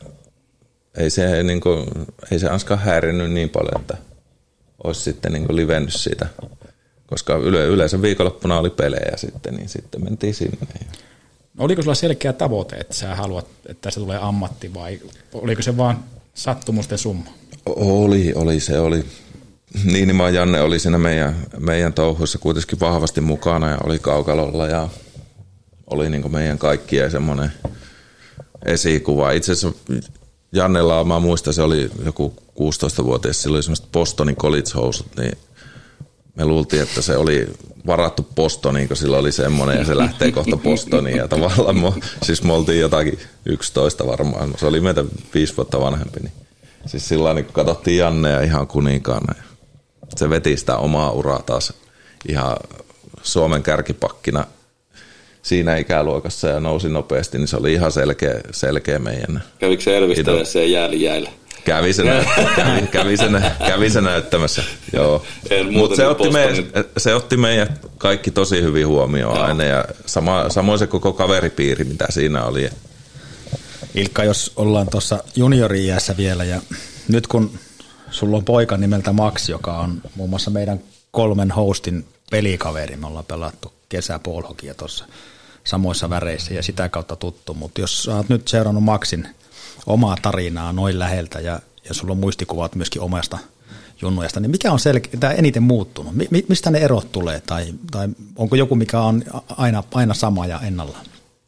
Ei se, niin kuin, ei se anskaan häirinnyt niin paljon, että olisi sitten niin kuin livennyt siitä, koska yle, yleensä viikonloppuna oli pelejä sitten, niin sitten mentiin sinne. No, oliko sulla selkeä tavoite, että sä haluat, että se tulee ammatti vai oliko se vaan sattumusten summa? Oli, oli se oli. Niinimaa Janne oli siinä meidän, meidän touhuissa kuitenkin vahvasti mukana ja oli kaukalolla ja oli niin kuin meidän kaikkien semmoinen esikuva. Itse asiassa Jannella, mä muistan, se oli joku kuusitoistavuotias, sillä oli semmoiset Bostonin college-housut, niin me luultiin, että se oli varattu Bostoniin, kun sillä oli semmoinen ja se lähtee kohta Bostoniin. Ja tavallaan me, siis me oltiin jotakin yksitoista varmaan, se oli meitä viisi vuotta vanhempi. Niin. Siis sillä niin kun katsottiin Jannea ihan kuninkaana. Se veti sitä omaa uraa taas ihan Suomen kärkipakkina siinä ikäluokassa ja nousi nopeasti, niin se oli ihan selkeä, selkeä meidän. Kävikö se elvistelee se jääli jäillä? Kävi se, kävi, kävi se, kävi se näyttämässä, joo. Mutta se, otti se otti meidät kaikki tosi hyvin huomioon joo. aina ja sama, samoin se koko kaveripiiri, mitä siinä oli. Ilkka, jos ollaan tuossa juniori-iässä vielä ja nyt kun sulla on poika nimeltä Max, joka on muun muassa meidän kolmen hostin pelikaveri, me ollaan pelattu kesäpoolhokia tuossa samoissa väreissä ja sitä kautta tuttu, mutta jos sä oot nyt seurannut Maxin omaa tarinaa noin läheltä ja, ja sulla on muistikuvat myöskin omasta junnujasta, niin mikä on selkeä, tämä eniten muuttunut? Mi, mistä ne erot tulee tai, tai onko joku, mikä on aina, aina sama ja ennallaan?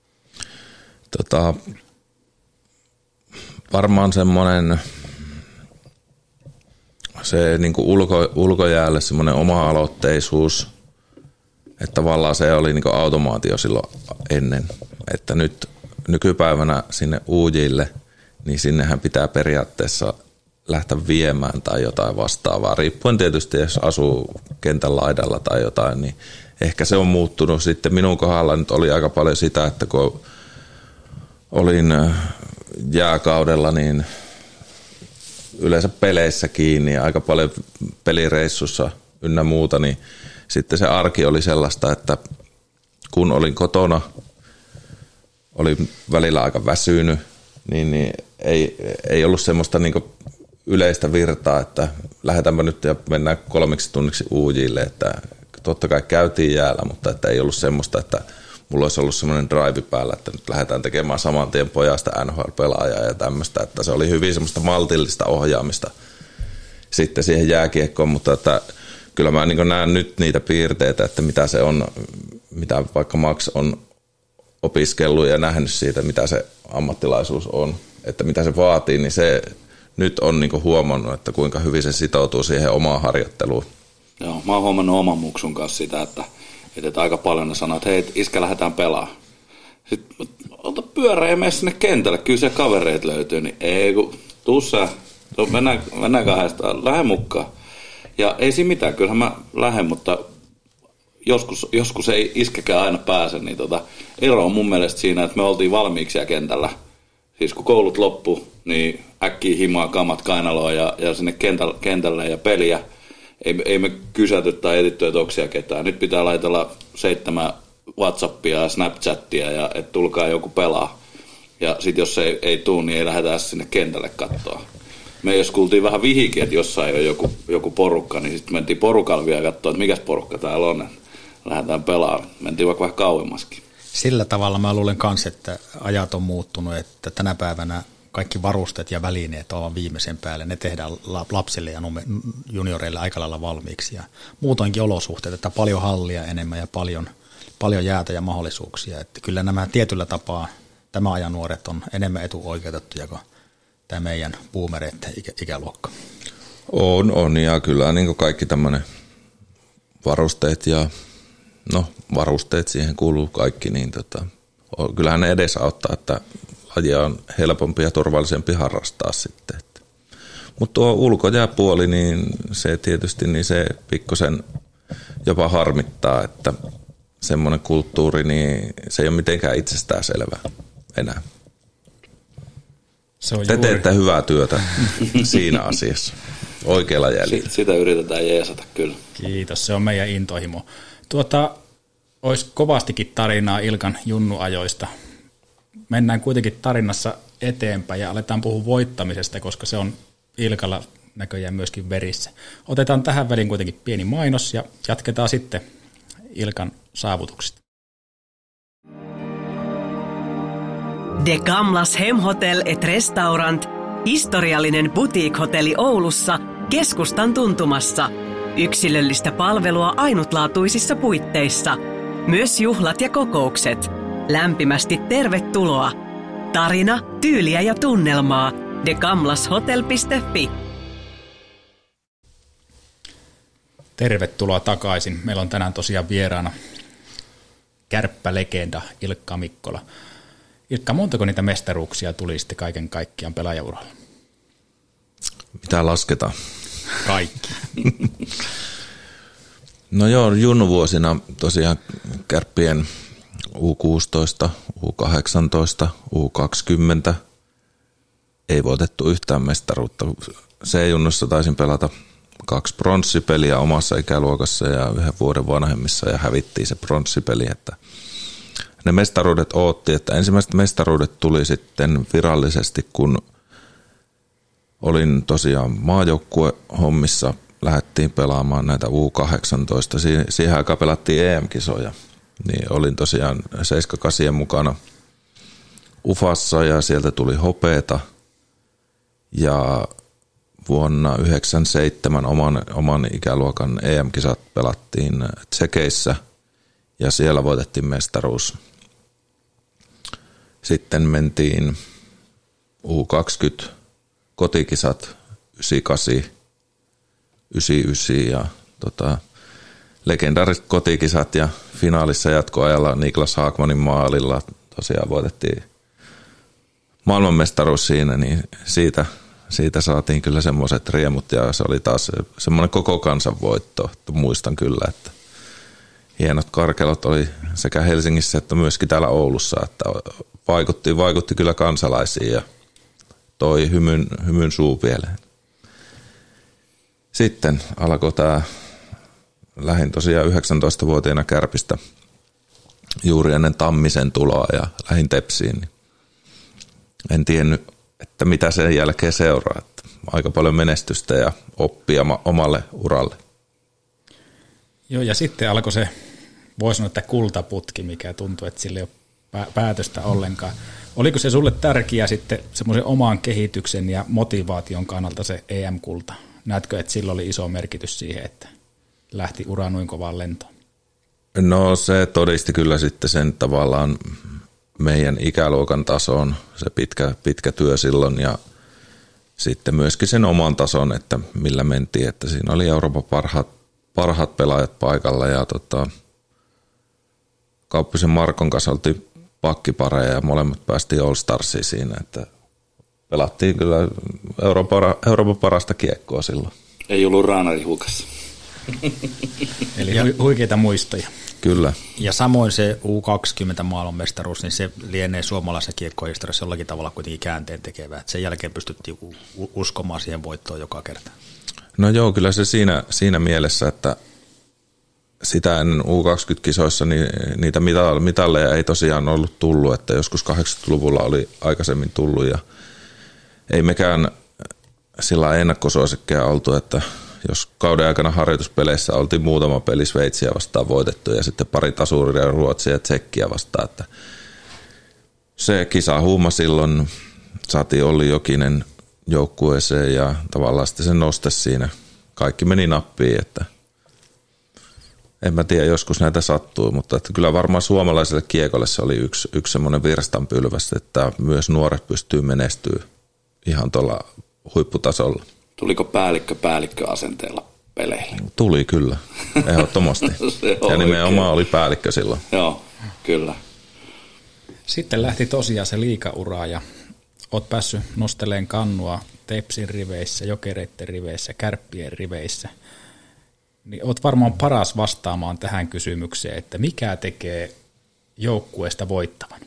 Tota, varmaan semmoinen se niin kuin ulko, ulkojäälle semmoinen oma-aloitteisuus, että tavallaan se oli niin kuin automaatio silloin ennen, että nyt nykypäivänä sinne uujille niin sinnehän pitää periaatteessa lähteä viemään tai jotain vastaavaa. Riippuen tietysti, jos asuu kentän laidalla tai jotain, niin ehkä se on muuttunut. Sitten minun kohdalla nyt oli aika paljon sitä, että kun olin jääkaudella, niin yleensä peleissä kiinni, aika paljon pelireissussa ynnä muuta, niin sitten se arki oli sellaista, että kun olin kotona, olin välillä aika väsynyt, niin, niin ei, ei ollut semmoista niin kuin yleistä virtaa, että lähdetäänpä nyt ja mennään kolmeksi tunniksi uujille, että totta kai käytiin jäällä, mutta että ei ollut semmoista, että mulla olisi ollut semmoinen drive päällä, että nyt lähdetään tekemään saman tien pojasta N H L-pelaajaa ja tämmöistä, että se oli hyvin semmoista maltillista ohjaamista sitten siihen jääkiekkoon, mutta että kyllä mä niin näen nyt niitä piirteitä, että mitä se on, mitä vaikka Max on opiskellut ja nähnyt siitä, mitä se ammattilaisuus on, että mitä se vaatii, niin se nyt on niin huomannut, että kuinka hyvin se sitoutuu siihen omaan harjoitteluun. Joo, mä oon huomannut oman muksun kanssa sitä, että, että aika paljon ne sanoo, että hei, iskä, lähdetään pelaamaan. Sitten ota pyörä ja mene sinne kentälle, kyllä se kavereet löytyy, niin ei kun, tuu sä, mennään, mennään kahdestaan, lähde mukaan. Ja ei siinä mitään, kyllähän mä lähden, mutta joskus, joskus ei iskäkään aina pääse, niin tota, ero on mun mielestä siinä, että me oltiin valmiiksi kentällä. Siis kun koulut loppu, niin äkkiä himaa kamat kainaloon ja, ja sinne kentälle, kentälle ja peliä. Ei, ei me kysäty tai etitty, että onko siellä ketään. Nyt pitää laitella seitsemän WhatsAppia ja Snapchattia ja että tulkaa joku pelaa. Ja sitten jos ei, ei tule, niin ei lähdetä sinne kentälle katsoa. Me jos kuultiin vähän vihikin, että jossain on joku, joku porukka, niin sitten mentiin porukalla vielä katsoa, että mikäs porukka täällä on. Lähdetään pelaamaan. Mentiin vaikka vähän kauemmaskin. Sillä tavalla mä luulen kanssa, että ajat on muuttunut, että tänä päivänä kaikki varusteet ja välineet ovat viimeisen päälle. Ne tehdään lapsille ja junioreille aika lailla valmiiksi. Ja muutoinkin olosuhteet, että paljon hallia enemmän ja paljon, paljon jäätä ja mahdollisuuksia. Että kyllä nämä tietyllä tapaa, tämä ajan nuoret on enemmän etuoikeutettuja kuin tämä meidän boomereiden ikäluokka. On, on ja kyllä niin kuin kaikki tämmöinen varusteet ja no varusteet siihen kuuluu kaikki, niin tota, kyllähän ne edesauttaa, että lajia on helpompi ja turvallisempi harrastaa sitten. Mutta tuo ulkojääpuoli, niin se tietysti niin se pikkusen jopa harmittaa, että semmoinen kulttuuri, niin se ei ole mitenkään itsestäänselvää enää. Se on Te juuri. teette hyvää työtä siinä asiassa, oikealla jäljellä. Sitä yritetään jeesata kyllä. Kiitos, se on meidän intohimo. Tuota, olisi kovastikin tarinaa Ilkan junnuajoista. Mennään kuitenkin tarinassa eteenpäin ja aletaan puhua voittamisesta, koska se on Ilkalla näköjään myöskin verissä. Otetaan tähän väliin kuitenkin pieni mainos ja jatketaan sitten Ilkan saavutuksista. De Gamlas Hemhotel et Restaurant, historiallinen boutique-hotelli Oulussa, keskustan tuntumassa. Yksilöllistä palvelua ainutlaatuisissa puitteissa. Myös juhlat ja kokoukset. Lämpimästi tervetuloa. Tarina, tyyliä ja tunnelmaa. de gamlas hotel piste fi. Tervetuloa takaisin. Meillä on tänään tosiaan vieraana kärppälegenda Ilkka Mikkola. Ilkka, montako niitä mestaruuksia tuli sitten kaiken kaikkiaan pelaajauralla? Mitä lasketaan? Kaikki. No joo, junnuvuosina tosiaan Kärppien U kuusitoista, U kahdeksantoista, U kaksikymmentä ei voitettu yhtään mestaruutta. C-junnussa taisin pelata kaksi pronssipeliä omassa ikäluokassa ja yhden vuoden vanhemmissa ja hävittiin se pronssipeli, että ne mestaruudet ootti, että ensimmäiset mestaruudet tuli sitten virallisesti, kun olin tosiaan maajoukkuehommissa, lähdettiin pelaamaan näitä U kahdeksantoista, siihen aikaan pelattiin E M-kisoja, niin olin tosiaan seitsemän kahdeksan mukana Ufassa ja sieltä tuli hopeeta ja vuonna yhdeksänkymmentäseitsemän oman, oman ikäluokan E M-kisat pelattiin Tsekeissä ja siellä voitettiin mestaruus. Sitten mentiin U kaksikymmentä kotikisat yhdeksänkymmentäkahdeksan, yhdeksänkymmentäyhdeksän ja tota, legendaariset kotikisat ja finaalissa jatkoajalla Niklas Haakmanin maalilla tosiaan voitettiin maailmanmestaruus siinä, niin siitä, siitä saatiin kyllä semmoiset riemut ja se oli taas semmoinen koko kansan voitto. Muistan kyllä, että hienot karkelot oli sekä Helsingissä että myöskin täällä Oulussa, että vaikutti, vaikutti kyllä kansalaisiin ja toi hymyn, hymyn suupieleen. Sitten alkoi tämä, lähdin tosiaan yhdeksäntoistavuotiaana Kärpistä juuri ennen Tammisen tuloa ja lähdin Tepsiin. En tiennyt, että mitä sen jälkeen seuraa. Että aika paljon menestystä ja oppia omalle uralle. Joo, ja sitten alkoi se, voi sanoa, että kultaputki, mikä tuntui, että sillä ei ole päätöstä ollenkaan. Oliko se sulle tärkeä sitten semmoisen oman kehityksen ja motivaation kannalta se E M-kulta? Näetkö, että sillä oli iso merkitys siihen, että lähti ura noin kovaan lentoon? No se todisti kyllä sitten sen tavallaan meidän ikäluokan tason, se pitkä, pitkä työ silloin ja sitten myöskin sen oman tason, että millä mentiin, että siinä oli Euroopan parhaat, parhaat pelaajat paikalla ja tota, Kauppisen Markon kanssa oltiin pakkipareja ja molemmat päästiin All Starsiin siinä, että pelattiin kyllä Euroopan, Euroopan parasta kiekkoa silloin. Ei ollut raanari hukassa. Eli hu- huikeita muistoja. Kyllä. Ja samoin se U kaksikymmentä maailmanmestaruus, niin se lienee suomalaisen kiekkohistoriassa jollakin tavalla kuitenkin käänteen tekevää. Sen jälkeen pystyttiin uskomaan siihen voittoon joka kerta. No joo, kyllä se siinä, siinä mielessä, että sitä ennen U kaksikymmentä-kisoissa niin niitä mitalleja ei tosiaan ollut tullut, että joskus kahdeksankymmentäluvulla oli aikaisemmin tullut ja ei mekään sillä ennakkosuosikkeja oltu, että jos kauden aikana harjoituspeleissä oltiin muutama peli Sveitsiä vastaan voitettu ja sitten pari tasuria Ruotsia ja Tsekkiä vastaan, että se kisahuuma silloin saatiin Olli Jokinen joukkueeseen ja tavallaan sitten se noste siinä. Kaikki meni nappiin, että en mä tiedä, joskus näitä sattuu, mutta että kyllä varmaan suomalaiselle kiekolle se oli yksi, yksi semmoinen virstanpylväs, että myös nuoret pystyy menestyä ihan tuolla huipputasolla. Tuliko päällikkö päällikköasenteella peleille? Tuli kyllä, ehdottomasti. Ja nimenomaan oli päällikkö silloin. Joo, kyllä. Sitten lähti tosiaan se liigaura ja oot päässyt nosteleen kannua Tepsin riveissä, Jokereiden riveissä, Kärppien riveissä. Niin oot varmaan paras vastaamaan tähän kysymykseen, että mikä tekee joukkueesta voittavan?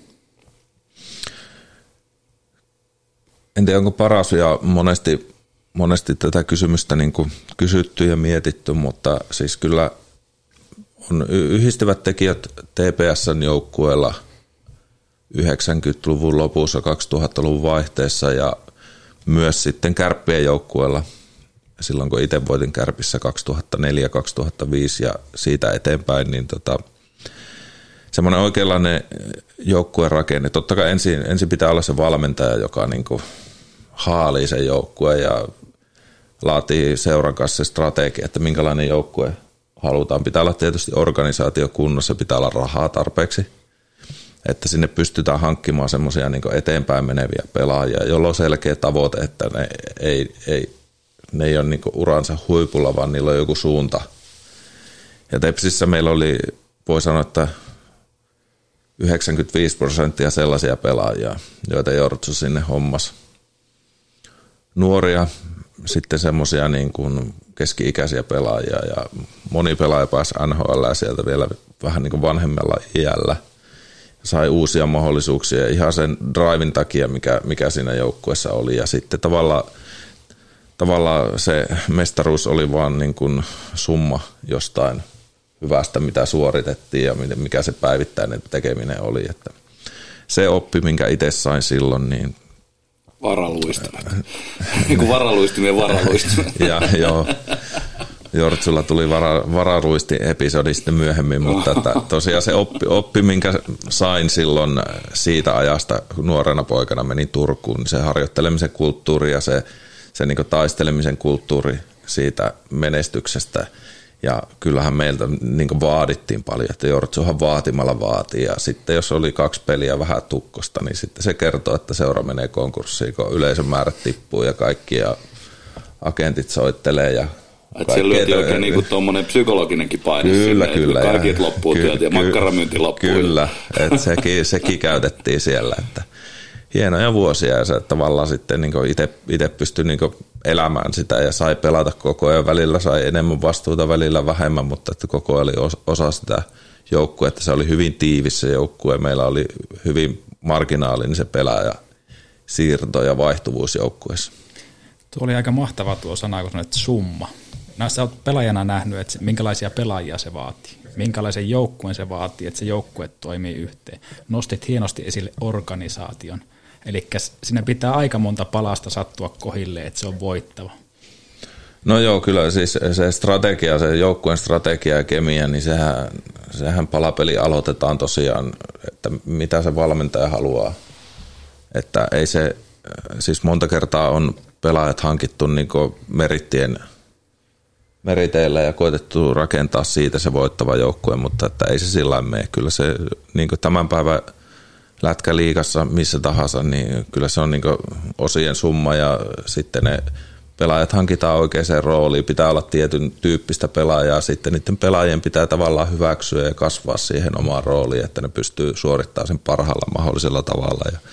En tiedä, onko paras ja monesti, monesti tätä kysymystä niin kuin kysytty ja mietitty, mutta siis kyllä on yhdistävät tekijät T P S:n joukkueella yhdeksänkymmentäluvun lopussa, kaksituhattaluvun vaihteessa ja myös sitten Kärppien joukkueella silloin, kun itse voitin Kärpissä kaksituhattaneljä kaksituhattaviisi ja siitä eteenpäin, niin tota, semmoinen oikeanlainen joukkueen rakenne. Totta kai ensin, ensin pitää olla se valmentaja, joka niin kuin haalii sen joukkueen ja laatii seuran kanssa se strategia, että minkälainen joukkue halutaan. Pitää olla tietysti organisaatio kunnossa, pitää olla rahaa tarpeeksi, että sinne pystytään hankkimaan semmoisia niin kuin eteenpäin meneviä pelaajia, jolla on selkeä tavoite, että ne ei, ei, ne ei ole niin kuin uransa huipulla, vaan niillä on joku suunta. Ja Tepsissä meillä oli, voi sanoa, että yhdeksänkymmentäviisi prosenttia sellaisia pelaajia, joita Jortsu sinne hommas. Nuoria, sitten semmoisia niin kuin keski-ikäisiä pelaajia ja moni pelaaja pääsi N H L sieltä vielä vähän niin kuin vanhemmalla iällä. Sai uusia mahdollisuuksia ihan sen drivin takia, mikä, mikä siinä joukkueessa oli. Ja sitten tavallaan, tavallaan se mestaruus oli vaan niin kuin summa jostain hyvästä, mitä suoritettiin ja mikä se päivittäinen tekeminen oli. Että se oppi, minkä itse sain silloin, niin varaluistimet. Niin kuin varaluistimien varaluistimet. Ja joo. Jortsulla tuli vara, varaluisti-episodi sitten myöhemmin, mutta että tosiaan se oppi, oppi, minkä sain silloin siitä ajasta, kun nuorena poikana menin Turkuun, niin se harjoittelemisen kulttuuri ja se, se niin kuin taistelemisen kulttuuri siitä menestyksestä. Ja kyllähän meiltä niin kuin vaadittiin paljon, että Jortsuhan vaatimalla vaatii. Ja sitten jos oli kaksi peliä vähän tukkosta, niin sitten se kertoo, että seura menee konkurssiin, kun yleisön määrät tippuu ja kaikki ja agentit soittelee ja että siellä lyötiin oikein niin kuin tuommoinen psykologinenkin paine kyllä, sinne, kyllä, että kaikit loppuu kyllä, työt ja makkaramyynti loppuu. Kyllä, että sekin, sekin käytettiin siellä. Että, hienoja vuosia ja se tavallaan sitten niin itse pystyi niin elämään sitä ja sai pelata koko ajan. Välillä sai enemmän vastuuta, välillä vähemmän, mutta että koko ajan oli osa sitä joukkuetta. Se oli hyvin tiivis se joukkue. Meillä oli hyvin marginaalinen se pelaaja siirto ja vaihtuvuus joukkueessa. Tuo oli aika mahtava tuo sana, kun sanoit summa. No, sä oot pelaajana nähnyt, että minkälaisia pelaajia se vaatii, minkälaisen joukkueen se vaatii, että se joukkue toimii yhteen. Nostit hienosti esille organisaation, eli sinne pitää aika monta palasta sattua kohille, että se on voittava. No joo, kyllä siis se strategia, se joukkueen strategia ja kemia, niin sehän, sehän palapeli aloitetaan tosiaan, että mitä se valmentaja haluaa. Että ei se, siis monta kertaa on pelaajat hankittu niin kuin merittien meriteillä ja koetettu rakentaa siitä se voittava joukkue, mutta että ei se sillä mene. Kyllä se niin kuin tämän päivän lätkäliigassa missä tahansa, niin kyllä se on niin kuin osien summa ja sitten ne pelaajat hankitaan oikeaan rooliin. Pitää olla tietyn tyyppistä pelaajaa, sitten niiden pelaajien pitää tavallaan hyväksyä ja kasvaa siihen omaan rooliin, että ne pystyy suorittamaan sen parhaalla mahdollisella tavalla. Ja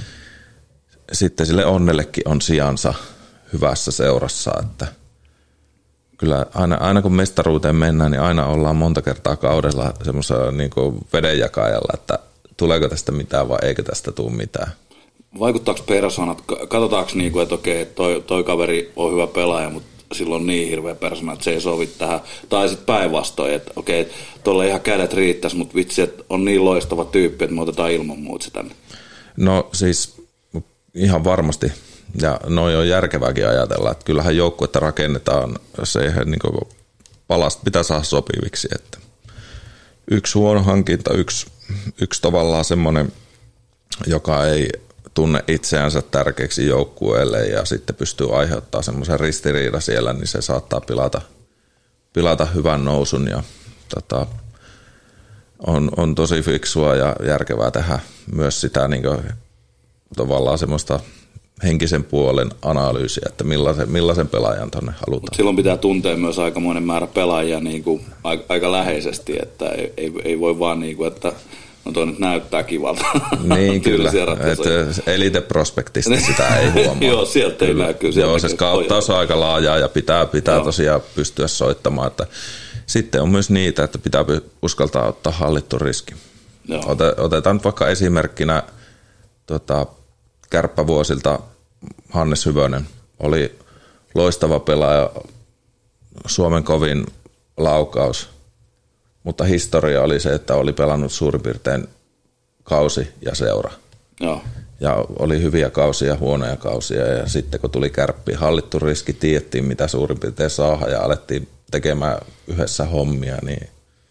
sitten sille onnellekin on sijansa hyvässä seurassa, että kyllä aina, aina kun mestaruuteen mennään, niin aina ollaan monta kertaa kaudella semmoisella niin kuin vedenjakajalla, että tuleeko tästä mitään vai eikö tästä tule mitään. Vaikuttaako persoonat? Katsotaanko, niin kuin, että okei, toi, toi kaveri on hyvä pelaaja, mutta sillä on niin hirveä persona, että se ei sovi tähän. Tai sitten päinvastoin, että okei, tuolla ihan kädet riittäisi, mutta vitsi, että on niin loistava tyyppi, että me otetaan ilman muuta se tänne. No siis ihan varmasti. Ja noin on järkevääkin ajatella, että kyllähän joukkuetta rakennetaan siihen niin kuin palasta pitää saada sopiviksi. Että yksi huono hankinta, yksi, yksi tavallaan semmoinen, joka ei tunne itseänsä tärkeäksi joukkueelle ja sitten pystyy aiheuttamaan semmoisen ristiriidan siellä, niin se saattaa pilata, pilata hyvän nousun ja tota, on, on tosi fiksua ja järkevää tehdä myös sitä niin kuin, tavallaan semmoista henkisen puolen analyysiä, että millaisen, millaisen pelaajan tuonne halutaan. Mut silloin pitää tuntea myös aikamoinen määrä pelaajia niin kuin aika, aika läheisesti, että ei, ei, ei voi vaan niin kuin, että no toi nyt näyttää kivalta. Niin kyllä, että elite-prospektista sitä ei huomaa. Joo, sieltä ei näy kyllä. Joo, se skauttaus on aika laajaa ja pitää, pitää tosiaan pystyä soittamaan. Että sitten on myös niitä, että pitää uskaltaa ottaa hallittu riski. Otetaan nyt vaikka esimerkkinä tota, kärppävuosilta Hannes Hyvönen oli loistava pelaaja, Suomen kovin laukaus, mutta historia oli se, että oli pelannut suurin piirtein kausi ja seura. Joo. Ja oli hyviä kausia ja huonoja kausia ja sitten kun tuli Kärppiin, hallittu riski, tiedettiin mitä suurin piirtein saada ja alettiin tekemään yhdessä hommia, niin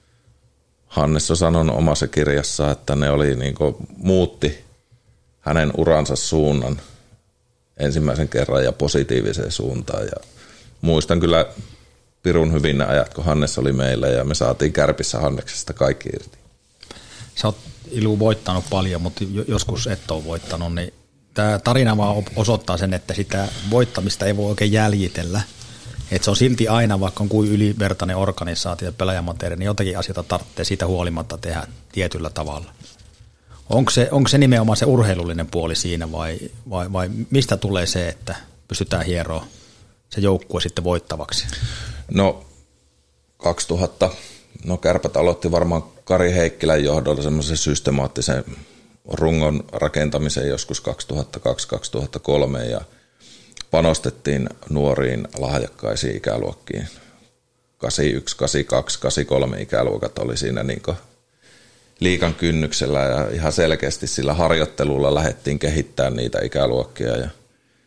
Hannes on sanonut omassa kirjassaan, että ne oli niin kuin muutti hänen uransa suunnan ensimmäisen kerran ja positiiviseen suuntaan. Ja muistan kyllä pirun hyvin ne ajat, kun Hannes oli meillä ja me saatiin Kärpissä Hanneksesta kaikki irti. Sä oot Ilu voittanut paljon, mutta joskus et ole voittanut, niin tämä tarina vaan osoittaa sen, että sitä voittamista ei voi oikein jäljitellä. Että se on silti aina, vaikka on kuin ylivertainen organisaatio ja pelaajamateria, niin jotakin asioita tarvitsee siitä huolimatta tehdä tietyllä tavalla. Onko se, onko se nimenomaan se urheilullinen puoli siinä vai, vai, vai mistä tulee se, että pystytään hieroa se joukkue sitten voittavaksi? No kaksituhatta, no Kärpät aloitti varmaan Kari Heikkilän johdolla semmoisen systemaattisen rungon rakentamisen joskus kaksituhattakaksi kaksituhattakolme ja panostettiin nuoriin lahjakkaisiin ikäluokkiin. kahdeksankymmentäyksi, kahdeksankymmentäkaksi, kahdeksankymmentäkolme ikäluokat oli siinä niin kuin liigan kynnyksellä ja ihan selkeästi sillä harjoittelulla lähdettiin kehittämään niitä ikäluokkia ja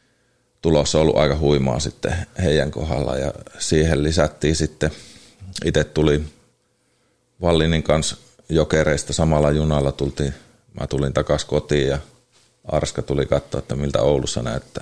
tulos on ollut aika huimaa sitten heidän kohdalla ja siihen lisättiin sitten, itse tuli Vallinin kanssa Jokereista samalla junalla, tultiin, mä tulin takaisin kotiin ja Arska tuli katsoa, että miltä Oulussa näyttää.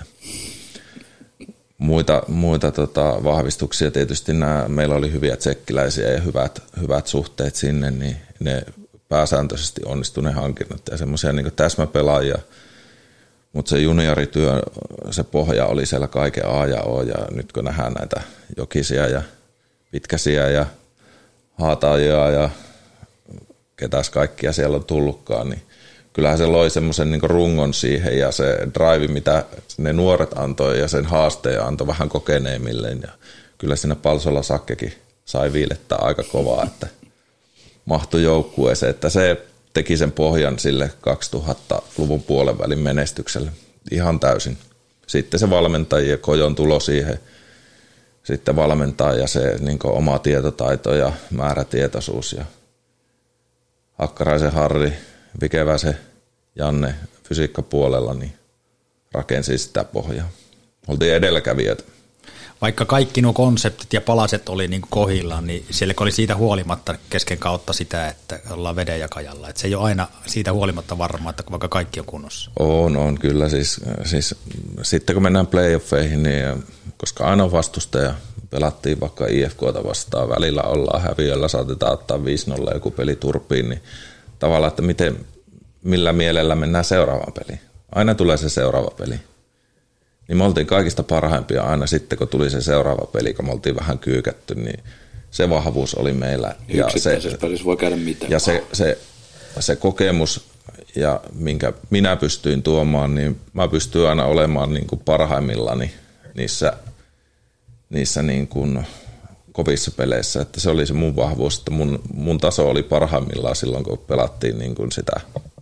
Muita, muita tota, vahvistuksia tietysti nämä, meillä oli hyviä tsekkiläisiä ja hyvät, hyvät suhteet sinne, niin ne pääsääntöisesti onnistui ne hankinnat ja semmoisia niin täsmäpelaajia, mutta se juniorityö, se pohja oli siellä kaiken A ja O ja nyt kun nähdään näitä Jokisia ja Pitkäsiä ja Haataajia ja ketäs kaikkia siellä on tullutkaan, niin kyllähän se loi semmoisen niin rungon siihen ja se drive, mitä ne nuoret antoi ja sen haasteen antoi vähän kokeneimmille. Ja kyllä siinä Palsolla Sakkekin sai viilettää aika kovaa, että mahtui joukkueeseen, että se teki sen pohjan sille kaksituhattaluvun puolen välin menestykselle ihan täysin. Sitten se valmentajien Kojon tulo siihen, sitten valmentaa ja se niin kuin oma tietotaito ja määrätietoisuus ja Hakkaraisen Harri, Vikeväisen Janne fysiikkapuolella niin rakensi sitä pohjaa. Oltiin edelläkävijöitä. Vaikka kaikki nuo konseptit ja palaset oli niin kohillaan, niin siellä oli siitä huolimatta kesken kautta sitä, että ollaan vedenjakajalla. Että se ei ole aina siitä huolimatta varmaa, että vaikka kaikki on kunnossa. On, on kyllä. Siis, siis, sitten kun mennään playoffeihin, niin koska aina on vastustaja, pelattiin vaikka I F K:ta vastaan, välillä ollaan häviöllä, saatetaan ottaa viisi nolla joku peli turpiin, niin tavallaan, että miten, millä mielellä mennään seuraavaan peliin. Aina tulee se seuraava peli. Niin me oltiin kaikista parhaimpia aina sitten, kun tuli se seuraava peli, kun me oltiin vähän kyykätty, niin se vahvuus oli meillä. Yksittäisessä pelissä voi käydä mitään. Ja se, se, se kokemus, ja minkä minä pystyin tuomaan, niin mä pystyin aina olemaan niin kuin parhaimmillani niissä, niissä niin kuin kovissa peleissä. Että se oli se mun vahvuus, että mun, mun taso oli parhaimmillaan silloin, kun pelattiin niin kuin sitä,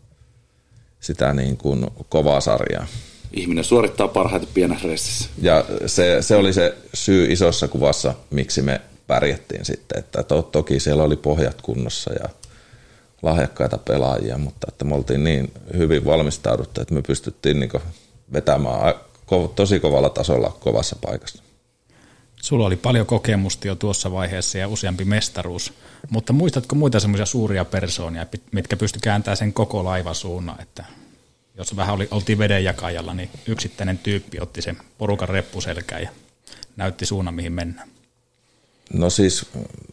sitä niin kuin kovaa sarjaa. Ihminen suorittaa parhaiten pienessä restissä. Ja se, se oli se syy isossa kuvassa, miksi me pärjättiin sitten. Että to, toki siellä oli pohjat kunnossa ja lahjakkaita pelaajia, mutta että me oltiin niin hyvin valmistauduttu, että me pystyttiin niin vetämään tosi kovalla tasolla kovassa paikassa. Sulla oli paljon kokemusta jo tuossa vaiheessa ja useampi mestaruus, mutta muistatko muita semmoisia suuria persoonia, mitkä pysty kääntämään sen koko laivasuunnan, että jos vähän oli, oltiin vedenjakajalla, niin yksittäinen tyyppi otti sen porukan reppuselkään ja näytti suunnan, mihin mennään. No siis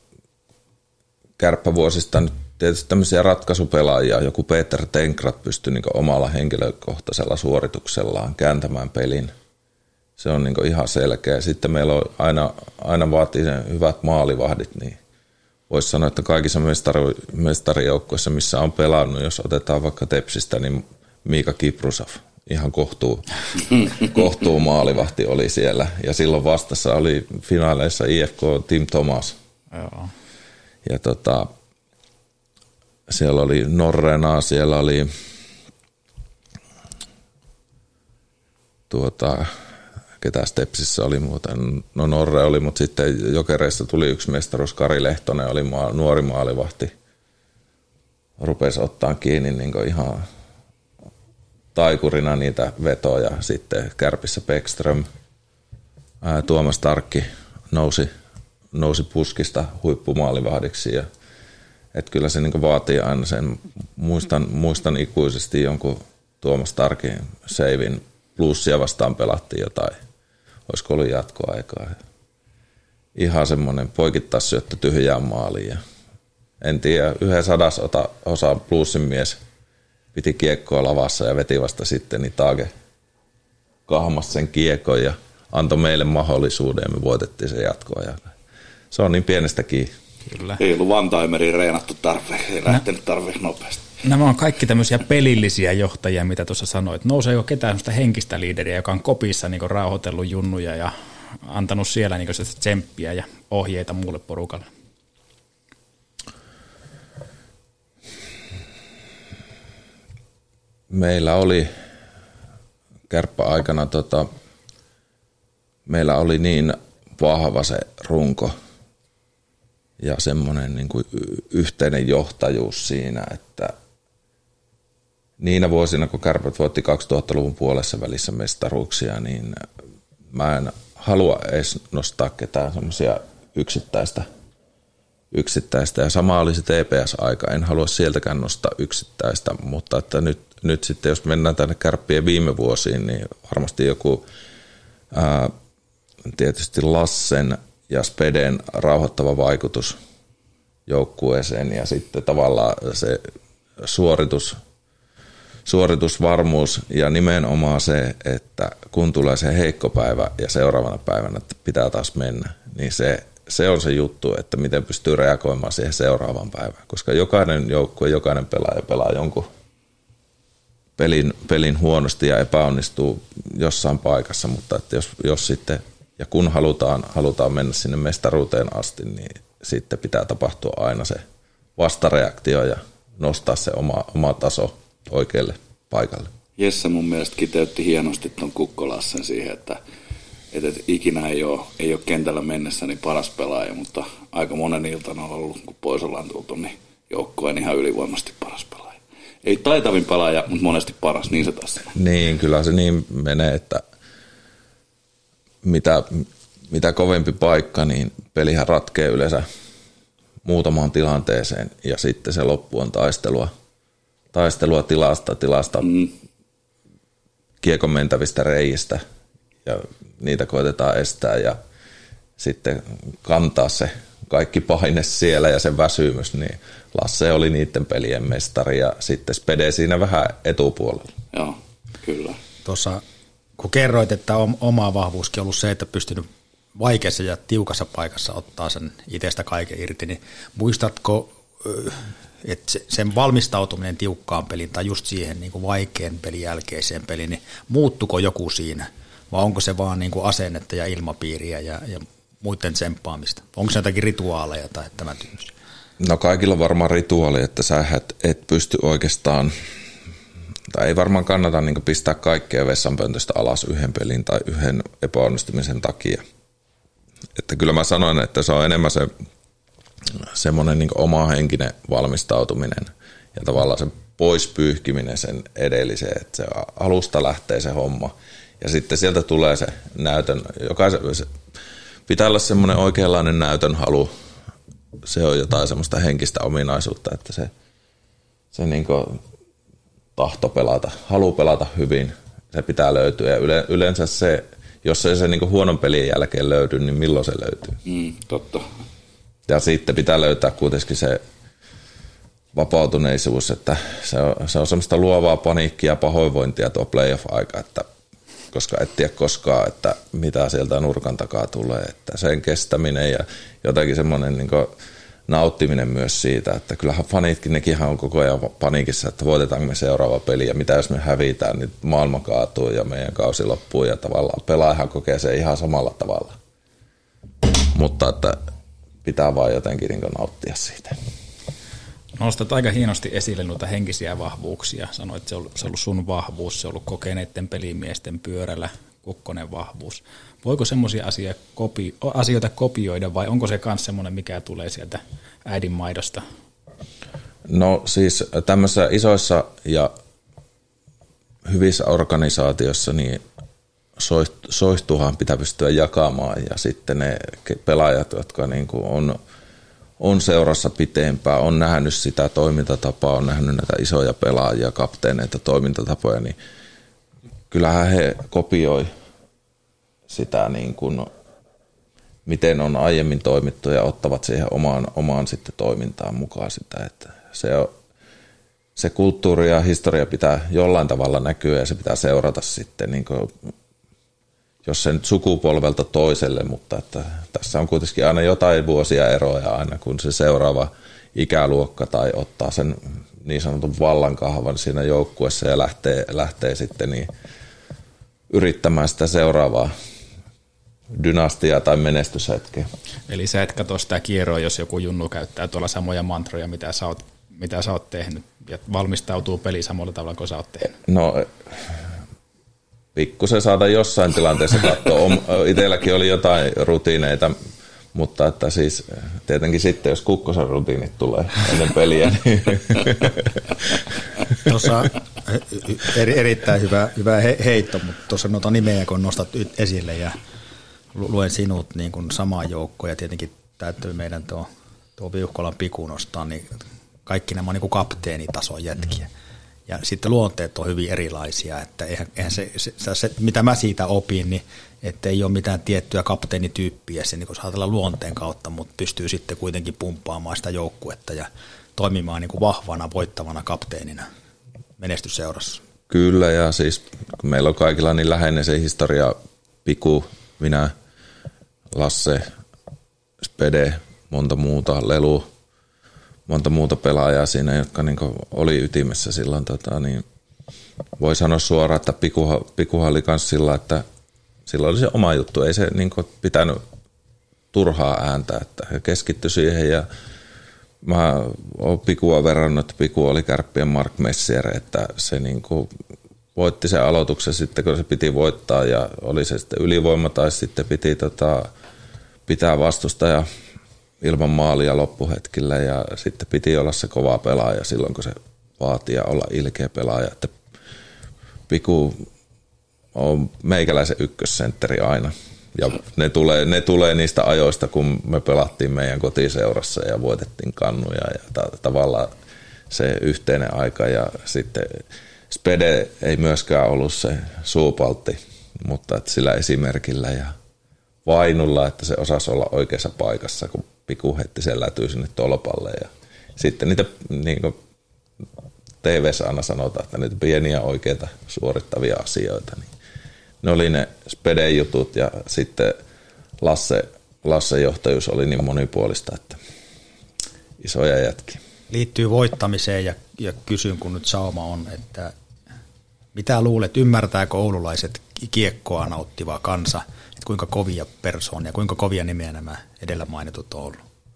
kärppävuosista nyt tietysti tämmöisiä ratkaisupelaajia. Joku Peter Tenkrat pystyi niin omalla henkilökohtaisella suorituksellaan kääntämään pelin. Se on niin ihan selkeä. Sitten meillä on aina, aina vaatii ne hyvät maalivahdit, niin voisi sanoa, että kaikissa mestari, mestarijoukkoissa, missä on pelannut, jos otetaan vaikka Tepsistä, niin Miika Kiprusov, ihan kohtuu, kohtuu maalivahti oli siellä. Ja silloin vastassa oli finaaleissa I F K Tim Thomas. Joo. Ja tota, siellä oli Norrena, siellä oli tuota, ketä Stepsissä oli muuten, no Norre oli, mutta sitten Jokereissa tuli yksi mestaruus, Kari Lehtonen oli maa, nuori maalivahti. Rupesi ottaa kiinni niin ihan taikurina niitä vetoja. Sitten Kärpissä Bäckström, ää, Tuomas Tarkki nousi, nousi puskista huippumaalivahdiksi. Ja, et kyllä se niin vaatii aina sen. Muistan, muistan ikuisesti jonkun Tuomas Tarkin seivin plussia vastaan pelattiin jotain. Olisiko ollut jatkoaikaa. Ihan semmoinen poikittais syöttö tyhjään maaliin. Ja en tiedä, yhden sadas osa plussin mies piti kiekkoa lavassa ja veti vasta sitten, niin Taage kahmasi sen kiekon ja antoi meille mahdollisuuden ja me voitettiin sen jatkoa. Se on niin pienestä kiinni. Kyllä. Ei ollut one-timeriin reenattu tarpeeksi, ei lähtenyt tarpeeksi nopeasti. Nämä on kaikki tämmöisiä pelillisiä johtajia, mitä tuossa sanoit. Nouseeko ketään sellaista henkistä liideriä, joka on kopissa niin rauhoitellut junnuja ja antanut siellä niin sitä tsemppiä ja ohjeita muulle porukalle? Meillä oli kärppäaikana, tota, meillä oli niin vahva se runko ja semmoinen niin kuin yhteinen johtajuus siinä, että niinä vuosina, kun Kärpät voitti kaksituhattaluvun puolessa välissä mestaruuksia, niin mä en halua edes nostaa ketään semmoisia yksittäistä, yksittäistä. Ja sama oli se T P S-aika, en halua sieltäkään nostaa yksittäistä, mutta että nyt, nyt sitten jos mennään tänne Kärppien viime vuosiin, niin varmasti joku ää, tietysti Lassen ja Speden rauhoittava vaikutus joukkueeseen ja sitten tavallaan se suoritus, suoritusvarmuus ja nimenomaan se, että kun tulee se heikko päivä ja seuraavana päivänä pitää taas mennä, niin se, se on se juttu, että miten pystyy reagoimaan siihen seuraavaan päivään, koska jokainen joukkue, jokainen pelaaja pelaa jonkun, pelin, pelin huonosti ja epäonnistuu jossain paikassa, mutta että jos, jos sitten, ja kun halutaan, halutaan mennä sinne mestaruuteen asti, niin sitten pitää tapahtua aina se vastareaktio ja nostaa se oma, oma taso oikealle paikalle. Jesse mun mielestä kiteytti hienosti tuon Kukkolassen siihen, että, että ikinä ei ole, ei ole kentällä mennessä niin paras pelaaja, mutta aika monen iltana on ollut, kun pois ollaan tultu, niin joukkueen ihan ylivoimasti paras pelaaja. Ei taitavin pelaaja, mutta monesti paras, niin se taas sanoo. Niin, kyllä se niin menee, että mitä, mitä kovempi paikka, niin pelihän ratkee yleensä muutamaan tilanteeseen ja sitten se loppu on taistelua, taistelua tilasta, tilasta mm. kiekon mentävistä reiistä ja niitä koitetaan estää ja sitten kantaa se kaikki paine siellä ja se väsymys, niin Lasse oli niiden pelien mestari ja sitten Spede siinä vähän etupuolella. Joo, kyllä. Tuossa kun kerroit, että oma vahvuuskin on ollut se, että pystynyt vaikeassa ja tiukassa paikassa ottaa sen itsestä kaiken irti, niin muistatko, että sen valmistautuminen tiukkaan peliin tai just siihen niin kuin vaikean pelin jälkeiseen peliin, niin muuttuko joku siinä vai onko se vaan niin kuin asennetta ja ilmapiiriä ja, ja muiden tsemppaamista? Onko se jotakin rituaaleja tai tämän tyyppisiä? No kaikilla on varmaan rituaali, että sä et, et pysty oikeastaan, tai ei varmaan kannata niin pistää kaikkea vessanpöntöstä alas yhden pelin tai yhden epäonnistumisen takia. Että kyllä mä sanoin, että se on enemmän se semmoinen niin oma henkinen valmistautuminen ja tavallaan se poispyyhkiminen sen edelliseen, että se alusta lähtee se homma ja sitten sieltä tulee se näytön, jokaisen, se, pitää olla semmoinen oikeanlainen näytön halu, se on jotain semmoista henkistä ominaisuutta, että se, se niin kuin tahto pelata, halu pelata hyvin, se pitää löytyä ja yle, yleensä se, jos ei se niin kuin huonon pelin jälkeen löydy, niin milloin se löytyy? Mm, totta. Ja sitten pitää löytää kuitenkin se vapautuneisuus, että se on, se on semmoista luovaa paniikkia ja pahoinvointia tuo playoff-aika, että koska et tiedä koskaan, että mitä sieltä nurkan takaa tulee, että sen kestäminen ja jotakin semmoinen niin kuin nauttiminen myös siitä, että kyllähän fanitkin, nekin on koko ajan paniikissa, että voitetaanko me seuraava peli ja mitä jos me hävitään, niin maailma kaatuu ja meidän kausi loppuu ja tavallaan pelaajahan kokee se ihan samalla tavalla. Mutta että pitää vaan jotenkin niin kuin nauttia siitä. Nostat aika hienosti esille noita henkisiä vahvuuksia. Sanoit, että se on ollut sun vahvuus, se on ollut kokeneiden pelimiesten pyörällä Kukkonen vahvuus. Voiko semmoisia asia, kopi, asioita kopioida vai onko se myös semmoinen, mikä tulee sieltä äidin maidosta? No siis tämmöisissä isoissa ja hyvissä organisaatioissa niin soihtuhan pitää pystyä jakamaan ja sitten ne pelaajat, jotka niin kuin on, on seurassa pitempään, on nähnyt sitä toimintatapaa, on nähnyt näitä isoja pelaajia, kapteeneita, toimintatapoja, niin kyllähän he kopioi sitä niin kuin, miten on aiemmin toimittu ja ottavat siihen omaan, omaan sitten toimintaan mukaan sitä, että se, on, se kulttuuri ja historia pitää jollain tavalla näkyä ja se pitää seurata sitten, niin kuin, jos se nyt sukupolvelta toiselle, mutta että tässä on kuitenkin aina jotain vuosia eroja aina, kun se seuraava ikäluokka tai ottaa sen niin sanotun vallankahvan siinä joukkueessa ja lähtee, lähtee sitten niin yrittämään sitä seuraavaa dynastiaa tai menestyshetkeä. Eli sä et katso sitä kierroa, jos joku junnu käyttää tuolla samoja mantroja, mitä sä oot, mitä sä oot tehnyt, ja valmistautuu peliin samalla tavalla kuin sä oot tehnyt. No, pikkusen saada jossain tilanteessa katsoa. Itselläkin oli jotain rutiineita, mutta että siis tietenkin sitten, jos Kukkosen rutiinit tulee ennen peliä. Niin tuossa eri, erittäin hyvä, hyvä heitto, mutta tuossa noita nimeä, kun nostat esille ja luen sinut niin kuin samaan joukkoon ja tietenkin täytyy meidän tuo, tuo Viuhkolan Piku nostaa, niin kaikki nämä on niin kuin kapteenitason jätkiä. Ja sitten luonteet on hyvin erilaisia, että eihän, eihän se, se, se, mitä mä siitä opin, niin että ei ole mitään tiettyä kapteenityyppiä, se niin kuin ajatellaan luonteen kautta, mutta pystyy sitten kuitenkin pumppaamaan sitä joukkuetta ja toimimaan niin kuin vahvana, voittavana kapteenina menestysseurassa. Kyllä, ja siis kun meillä on kaikilla niin läheinen se historia, Piku, minä, Lasse, Spede, monta muuta, Lelu, monta muuta pelaajaa siinä, jotka niin oli ytimessä silloin, tota, niin voi sanoa suoraan, että Pikuha, Pikuha oli myös sillä, että sillä oli se oma juttu. Ei se niin kuin pitänyt turhaa ääntä, että he keskittyi siihen ja mä oon Pikua verrannut, että Piku oli Kärppien Mark Messier, että se niin kuin voitti sen aloituksen sitten, kun se piti voittaa ja oli se sitten ylivoima tai sitten piti tota, pitää vastustaja ilman maalia loppuhetkillä ja sitten piti olla se kova pelaaja silloin, kun se vaatii ja olla ilkeä pelaaja. Että Piku on meikäläisen ykkössentteri aina ja ne tulee, ne tulee niistä ajoista, kun me pelattiin meidän kotiseurassa ja voitettiin kannuja ja ta- tavallaan se yhteinen aika ja sitten Spede ei myöskään ollut se suupaltti, mutta että sillä esimerkillä ja Vainulla, että se osasi olla oikeassa paikassa, kun Piku heitti sen lätyy sinne tolpalle. Ja sitten niitä, niin kuin T V:ssä aina sanotaan, että niitä pieniä oikeita suorittavia asioita, niin ne oli ne Speden jutut ja sitten Lasse, Lasse johtajuus oli niin monipuolista, että isoja jätkiä. Liittyy voittamiseen ja, ja kysyn, kun nyt sauma on, että mitä luulet, ymmärtääkö oululaiset kiekkoa nauttiva kansa, että kuinka kovia persoonia, kuinka kovia nimeä nämä edellä mainitut on ollut?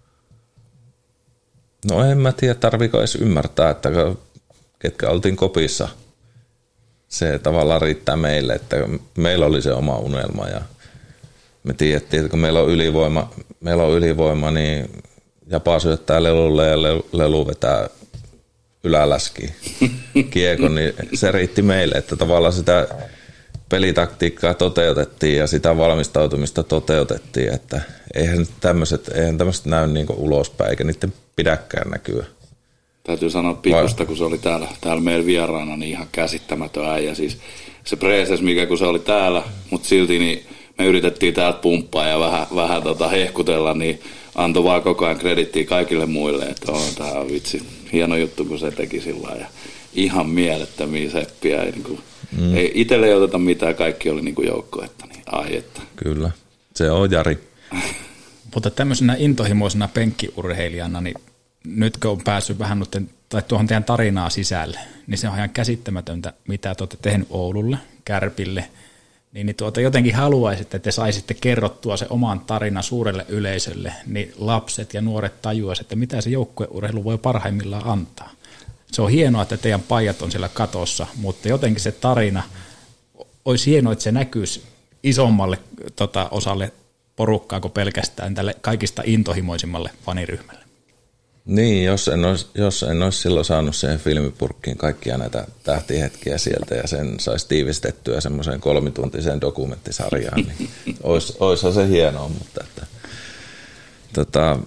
No en mä tiedä, tarviiko edes ymmärtää, että ketkä oltiin kopissa. Se tavallaan riittää meille, että meillä oli se oma unelma ja me tiedettiin, että kun meillä on ylivoima, meillä on ylivoima niin Japa syöttää lelulle ja lelu vetää yläläskiin kiekon, niin se riitti meille, että tavallaan sitä pelitaktiikkaa toteutettiin ja sitä valmistautumista toteutettiin, että eihän tämmöiset, eihän tämmöiset näy niin kuin ulospäin, eikä niiden pidäkään näkyä. Täytyy sanoa Pikusta, kun se oli täällä, täällä meillä vieraana, niin ihan käsittämätön äijä. Siis se preeses, mikä kun se oli täällä, mutta silti niin me yritettiin täältä pumppaa ja vähän, vähän tota hehkutella, niin antoi vaan koko ajan kredittiä kaikille muille, että on tämä vitsi, hieno juttu, kun se teki sillä ja ihan mielettömiä seppiä. Ei, niin kuin, mm. ei itselle ei oteta mitään, kaikki oli niin kuin joukkuetta, niin ai että. Kyllä, se on Jari. Mutta tämmöisenä intohimoisena penkkiurheilijana, niin nyt kun on päässyt vähän nutten, tai tuohon teidän tarinaa sisälle, niin se on ihan käsittämätöntä, mitä te olette tehnyt Oululle, Kärpille, niin, niin tuota, jotenkin haluaisitte, että te saisitte kerrottua se oman tarinan suurelle yleisölle, niin lapset ja nuoret tajuaisivat, että mitä se joukkueurheilu voi parhaimmillaan antaa. Se on hienoa, että teidän pajat on siellä katossa, mutta jotenkin se tarina, olisi hienoa, että se näkyisi isommalle tota, osalle porukkaa kuin pelkästään tälle kaikista intohimoisimmalle faniryhmälle. Niin, jos en olisi, jos en olisi silloin saanut siihen filmipurkkiin kaikkia näitä tähtihetkiä sieltä ja sen saisi tiivistettyä semmoiseen kolmituntiseen dokumenttisarjaan, niin olisi, olisihan se hienoa, mutta että, tota,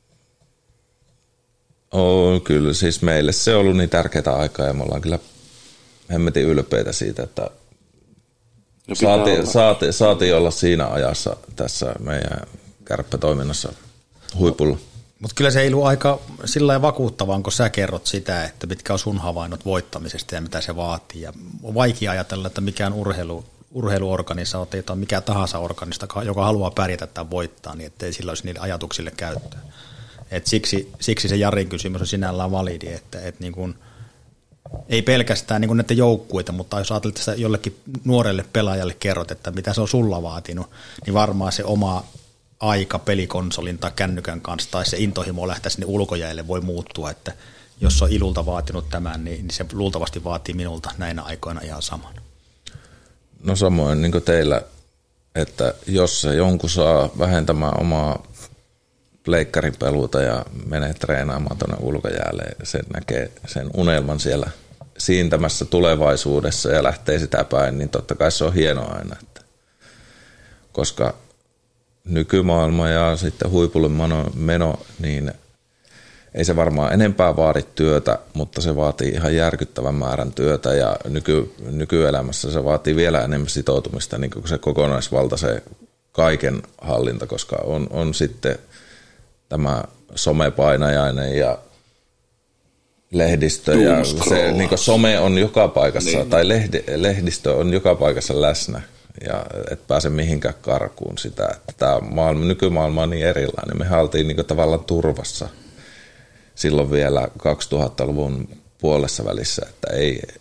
on, kyllä siis meille se on ollut niin tärkeää aikaa ja me ollaan kyllä hemmetin ylpeitä siitä, että saatiin, saati, saati olla siinä ajassa tässä meidän kärppätoiminnassa huipulla. Mutta kyllä se ei ollut aika sillä lailla vakuuttavaa, kun sä kerrot sitä, että mitkä on sun havainnot voittamisesta ja mitä se vaatii. Ja on vaikea ajatella, että mikään urheilu, urheiluorganisaatio tai mikä tahansa organista, joka haluaa pärjätä tai voittaa, niin ettei sillä olisi niille ajatuksille käyttöä. Et siksi, siksi se Jarin kysymys on sinällään validi, että et niin kun, ei pelkästään niin kun näitä joukkueita, mutta jos ajatellaan, että jollekin nuorelle pelaajalle kerrot, että mitä se on sulla vaatinut, niin varmaan se oma aika pelikonsolin tai kännykän kanssa tai se intohimo lähteä sinne ulkojäille voi muuttua, että jos on Ilulta vaatinut tämän, niin se luultavasti vaatii minulta näinä aikoina ihan saman. No samoin niin kuin teillä, että jos se jonkun saa vähentämään omaa pleikkarin peluuta ja menee treenaamaan tuonne ulkojäälle, se näkee sen unelman siellä siintämässä tulevaisuudessa ja lähtee sitä päin, niin totta kai se on hienoa aina, että koska nykymaailma ja sitten huipulle meno, niin ei se varmaan enempää vaadi työtä, mutta se vaatii ihan järkyttävän määrän työtä ja nyky, nykyelämässä se vaatii vielä enemmän sitoutumista, niin kuin se kokonaisvalta, se kaiken hallinta, koska on, on sitten tämä somepainajainen ja lehdistö ja se niin kuin some on joka paikassa niin. Tai lehdi, lehdistö on joka paikassa läsnä. Ja et pääse mihinkään karkuun sitä, että tämä maailma, nykymaailma on niin erilainen. Me oltiin niin tavallaan turvassa silloin vielä kaksituhattaluvun puolessa välissä, että ei,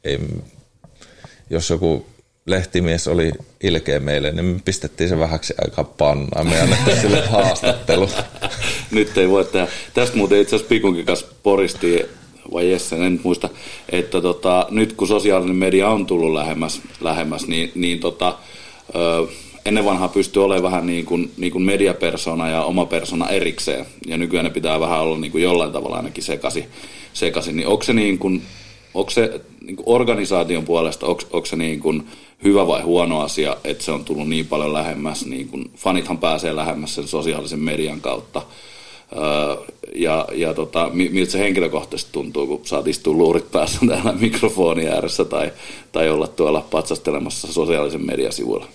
ei, jos joku lehtimies oli ilkeä meille, niin me pistettiin se vähäksi aikaa pannaan. Me annettiin sille haastattelu. Nyt ei voi tehdä. Tästä muuten itse asiassa Pikunkin kanssa poristiin, vai Jesse, en muista, että tota, nyt kun sosiaalinen media on tullut lähemmäs, lähemmäs niin, niin tota, ö, ennen vanhaa pystyy olemaan vähän niin kuin, niin kuin mediapersona ja oma persona erikseen, ja nykyään ne pitää vähän olla niin kuin jollain tavalla ainakin sekaisin. sekaisin. Niin onko se, niin kuin, onko se niin kuin organisaation puolesta, onko, onko se niin kuin hyvä vai huono asia, että se on tullut niin paljon lähemmäs, niin kuin fanithan pääsee lähemmäs sen sosiaalisen median kautta. Öö, ja, ja tota, miltä se henkilökohtaisesti tuntuu, kun saat istua luurit päässä täällä mikrofonin ääressä tai, tai olla tuolla patsastelemassa sosiaalisen median sivuilla?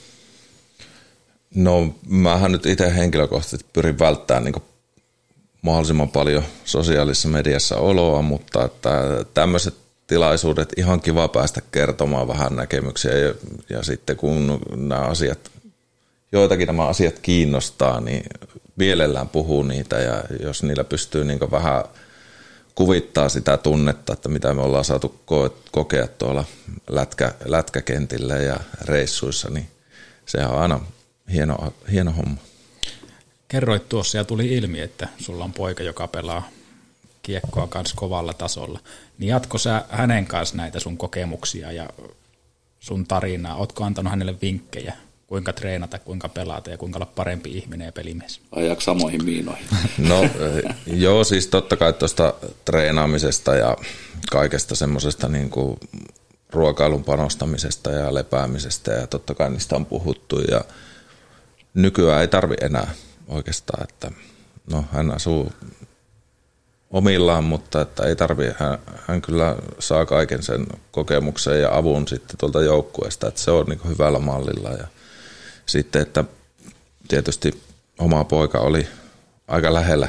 No mähän nyt itse henkilökohtaisesti pyrin välttämään niin kuin mahdollisimman paljon sosiaalisessa mediassa oloa, mutta että tämmöiset tilaisuudet ihan kiva päästä kertomaan vähän näkemyksiä ja, ja sitten kun nämä asiat, joitakin nämä asiat kiinnostaa, niin mielellään puhuu niitä ja jos niillä pystyy niin kuin vähän kuvittaa sitä tunnetta, että mitä me ollaan saatu kokea tuolla lätkä, lätkäkentillä ja reissuissa, niin sehän on aina hieno, hieno homma. Kerroit tuossa ja tuli ilmi, että sulla on poika, joka pelaa kiekkoa kanssa kovalla tasolla. Niin jatko sä hänen kanssa näitä sun kokemuksia ja sun tarinaa? Ootko antanut hänelle vinkkejä, kuinka treenata, kuinka pelata ja kuinka olla parempi ihminen ja pelimies? Ajaako samoihin miinoihin? No joo, siis totta kai tuosta treenaamisesta ja kaikesta semmoisesta niin kuin ruokailun panostamisesta ja lepäämisestä ja totta kai niistä on puhuttu ja nykyään ei tarvi enää oikeastaan, että no hän asuu omillaan, mutta että ei tarvi, hän, hän kyllä saa kaiken sen kokemuksen ja avun sitten tuolta joukkueesta, että se on niin kuin hyvällä mallilla ja sitten, että tietysti oma poika oli aika lähellä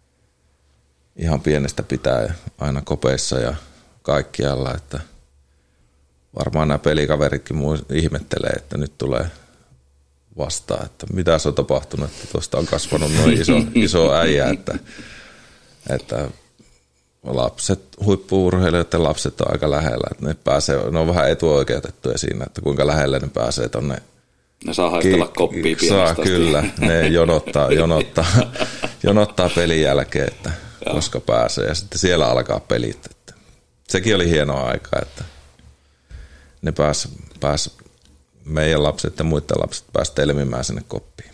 ihan pienestä pitää aina kopeissa ja kaikkialla, että varmaan nämä pelikaveritkin muu ihmettelee, että nyt tulee vastaan, että mitä se on tapahtunut, että tuosta on kasvanut noin iso, iso äijä, että, että lapset, huippu-urheilijoiden lapset on aika lähellä, että ne, pääsee, ne on vähän etuoikeutettuja siinä, että kuinka lähelle ne pääsee tonne. Ne saa haistella koppia ki- Saa kyllä, ne jonottaa, jonottaa, jonottaa pelin jälkeen, että koska pääsee ja sitten siellä alkaa pelit. Että sekin oli hienoa aikaa, että ne pääs, pääs meidän lapset ja muiden lapset pääsivät telmimään sinne koppiin.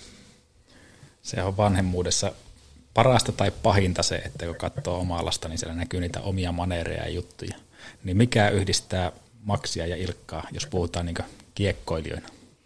Se on vanhemmuudessa parasta tai pahinta se, että kun katsoo omaa lasta, niin siellä näkyy niitä omia maneereja ja juttuja. Niin mikä yhdistää Maxia ja Ilkkaa, jos puhutaan niin kuin kiekkoilijoina?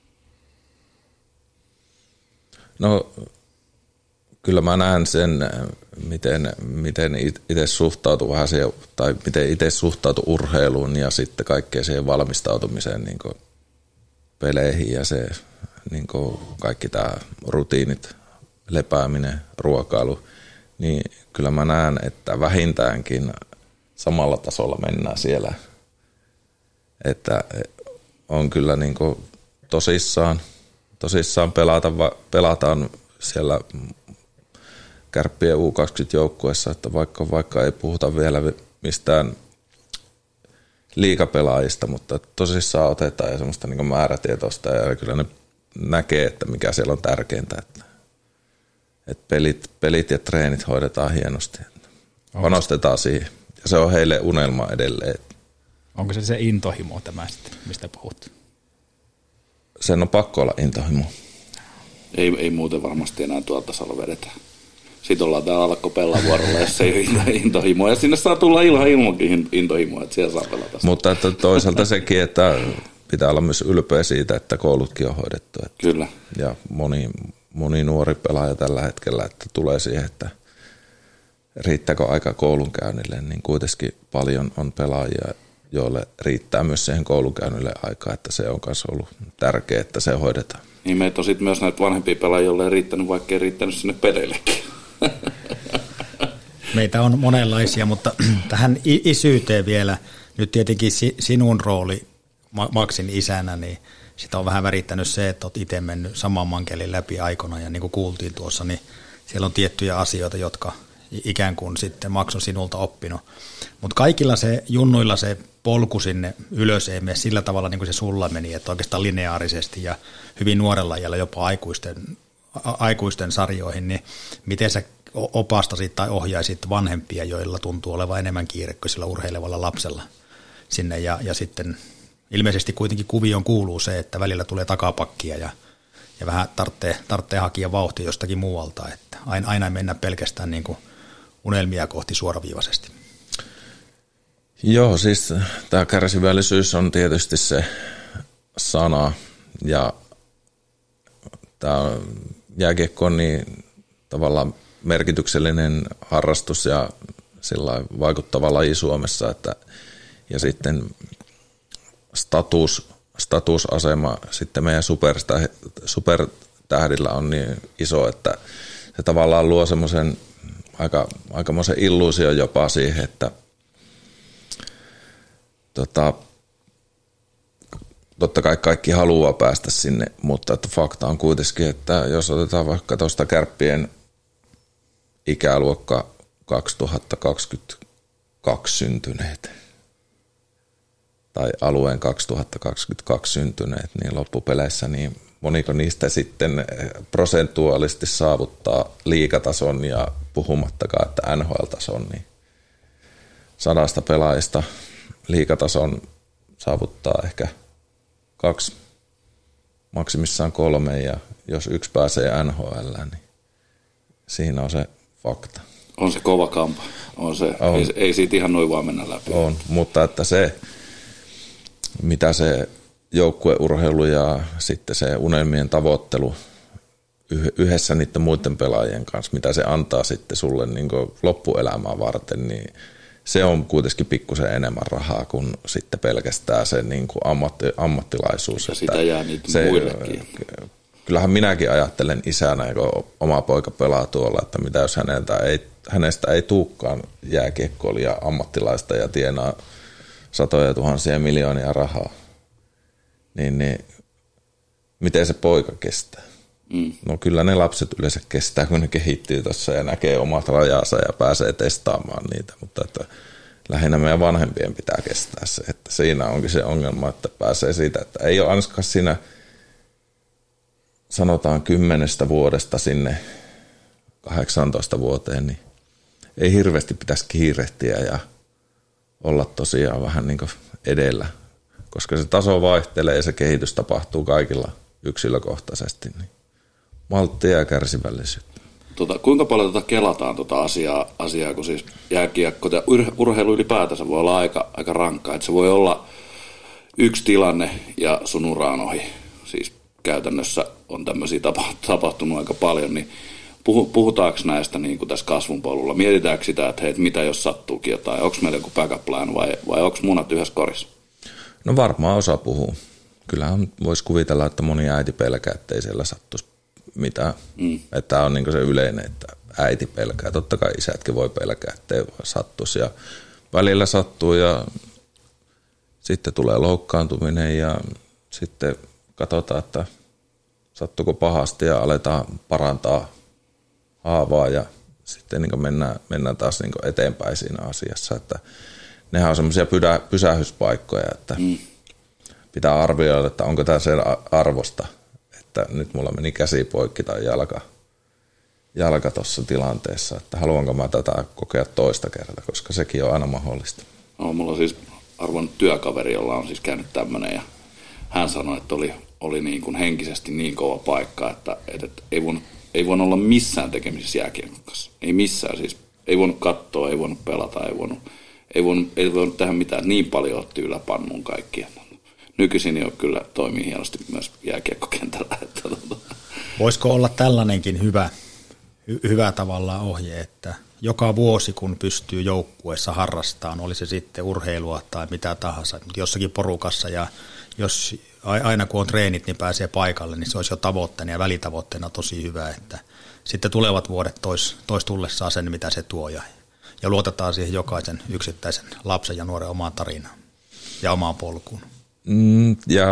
No kyllä mä näen sen, miten, miten itse suhtautuu vähän siihen, tai miten itse suhtautuu urheiluun ja sitten kaikkeen siihen valmistautumiseen niin kuin peleihin ja se niin kuin kaikki tämä rutiinit, lepääminen, ruokailu, niin kyllä mä näen, että vähintäänkin samalla tasolla mennään siellä. Että on kyllä niin kuin tosissaan, tosissaan pelata, pelataan siellä Kärppien U kaksikymmentä-joukkueessa, että vaikka, vaikka ei puhuta vielä mistään liigapelaajista, mutta tosissaan otetaan ja semmoista niin kuin määrätietoista ja kyllä ne näkee, että mikä siellä on tärkeintä, että, että pelit, pelit ja treenit hoidetaan hienosti, panostetaan siihen ja se on heille unelma edelleen. Onko se se intohimo tämä sitten, mistä puhut? Sen on pakko olla intohimo. Ei, ei muuten varmasti enää tuolta tasolla vedetä. Sitten ollaan täällä Alakko Pellavuorolla, jos ei ole intohimoa. Ja sinne saa tulla ilman ilmankin intohimoa, että siellä saa pelata. Mutta että toisaalta sekin, että pitää olla myös ylpeä siitä, että koulutkin on hoidettu. Että kyllä. Ja moni, moni nuori pelaaja tällä hetkellä, että tulee siihen, että riittääkö aika koulunkäynnille, niin kuitenkin paljon on pelaajia, joille riittää myös siihen koulunkäynnille aikaa, että se on myös ollut tärkeää, että se hoidetaan. Niin meitä on sitten myös näitä vanhempia pelaajia, joille ei riittänyt, vaikka ei riittänyt sinne peleillekin. Meitä on monenlaisia, mutta tähän isyyteen vielä, nyt tietenkin sinun rooli Maxin isänä, niin sitä on vähän värittänyt se, että olet itse mennyt saman mankelin läpi aikana, ja niin kuin kuultiin tuossa, niin siellä on tiettyjä asioita, jotka, ikään kuin sitten Max on sinulta oppinut. Mutta kaikilla se junnuilla se polku sinne ylös ei mene sillä tavalla niin kuin se sulla meni, että oikeastaan lineaarisesti ja hyvin nuorella iällä jopa aikuisten, a- aikuisten sarjoihin, niin miten sä opastasit tai ohjaisit vanhempia, joilla tuntuu olevan enemmän kiire kuin sillä urheilevalla lapsella sinne ja, ja sitten ilmeisesti kuitenkin kuvioon kuuluu se, että välillä tulee takapakkia ja, ja vähän tarvitsee, tarvitsee hakia vauhtia jostakin muualta, että aina, aina ei mennä pelkästään niin kuin unelmia kohti suoraviivaisesti. Joo, siis tämä kärsivällisyys on tietysti se sana ja tämä jääkiekko on niin tavallaan merkityksellinen harrastus ja sillä vaikuttava laji Suomessa, että ja sitten status, statusasema sitten meidän supertähdillä on niin iso, että se tavallaan luo semmoisen aika, aikamoisen illuusion jopa siihen, että tota, totta kai kaikki haluaa päästä sinne, mutta että fakta on kuitenkin, että jos otetaan vaikka tuosta Kärppien ikäluokka kaksituhattakaksikymmentäkaksi syntyneet tai alueen kaksituhattakaksikymmentäkaksi syntyneet, niin loppupeleissä niin moniko niistä sitten prosentuaalisesti saavuttaa liigatason ja puhumattakaan, että N H L-tason, niin sadasta pelaajista liigatason saavuttaa ehkä kaksi, maksimissaan kolme, ja jos yksi pääsee N H L:ään, niin siinä on se fakta. On se kova kampa. On se. On. Ei, ei siitä ihan noin vaan mennä läpi. On, mutta että se, mitä se joukkueurheilu ja sitten se unelmien tavoittelu yhdessä niiden muiden pelaajien kanssa, mitä se antaa sitten sulle niin kuin loppuelämää varten, niin se on kuitenkin pikkusen enemmän rahaa kuin sitten pelkästään se niin kuin ammatti, ammattilaisuus. Ja sitä jää niitä se, muillekin. Kyllähän minäkin ajattelen isänä, kun oma poika pelaa tuolla, että mitä jos häneltä ei, hänestä ei tulekaan jääkiekkoilija ammattilaista ja tienaa satoja tuhansia miljoonia rahaa, niin, niin miten se poika kestää? Mm. No kyllä ne lapset yleensä kestää, kun ne kehittyy tuossa ja näkee omat rajansa ja pääsee testaamaan niitä, mutta että lähinnä meidän vanhempien pitää kestää se, että siinä onkin se ongelma, että pääsee siitä, että ei ole ainakaan siinä sanotaan kymmenestä vuodesta sinne kahdeksantoista vuoteen, niin ei hirveästi pitäisi kiirehtiä ja olla tosiaan vähän niin kuin edellä, koska se taso vaihtelee ja se kehitys tapahtuu kaikilla yksilökohtaisesti, niin malttia ja kärsivällisyyttä. Tota, kuinka paljon tota kelataan tota asiaa, asiaa, kun siis jääkiekko ja urheilu ylipäätänsä voi olla aika, aika rankkaa, että se voi olla yksi tilanne ja sun ura on ohi. Siis käytännössä on tämmöisiä tapahtunut aika paljon, niin puhutaanko näistä niin kuin tässä kasvun polulla? Mietitäänkö sitä, että hei, mitä jos sattuukin jotain? Onko meillä joku backup plan vai, vai onko munat yhdessä korissa? No varmaan osa puhuu. Kyllähän voisi kuvitella, että moni äiti pelkää, ettei siellä sattuisi mitään. Mm. Että tämä on niin kuin se yleinen, että äiti pelkää. Totta kai isätkin voi pelkää, ettei sattuisi. Ja välillä sattuu ja sitten tulee loukkaantuminen ja sitten katsotaan, että sattuuko pahasti ja aletaan parantaa haavaa ja sitten niin mennään, mennään taas niin eteenpäin siinä asiassa. Että nehän on semmoisia pysähyspaikkoja, että mm. pitää arvioida, että onko tämä sen arvosta, että nyt mulla meni käsi poikki tai jalka, jalka tuossa tilanteessa, että haluanko mä tätä kokea toista kertaa, koska sekin on aina mahdollista. No, mulla on siis arvon työkaveri, jolla on siis käynyt tämmöinen ja hän sanoi, että oli, oli niin kuin henkisesti niin kova paikka, että, että ei, voinut, ei voinut olla missään tekemisissä jääkiekon kanssa. Ei missään siis. Ei voinut katsoa, ei voinut pelata, ei voinut, ei voinut, ei voinut tehdä mitään. Niin paljon otti yläpannuun kaikkia. Nykyisin jo kyllä toimii hienosti myös jääkiekkokentällä. Voisiko olla tällainenkin hyvä, hy, hyvä tavallaan ohje, että joka vuosi kun pystyy joukkueessa harrastamaan, oli se sitten urheilua tai mitä tahansa, jossakin porukassa ja jos aina kun on treenit, niin pääsee paikalle, niin se olisi jo tavoitteena ja välitavoitteena tosi hyvä, että sitten tulevat vuodet tois, tois tullessaan sen, mitä se tuo ja, ja luotetaan siihen jokaisen yksittäisen lapsen ja nuoren omaan tarinaan ja omaan polkuun. Mm, ja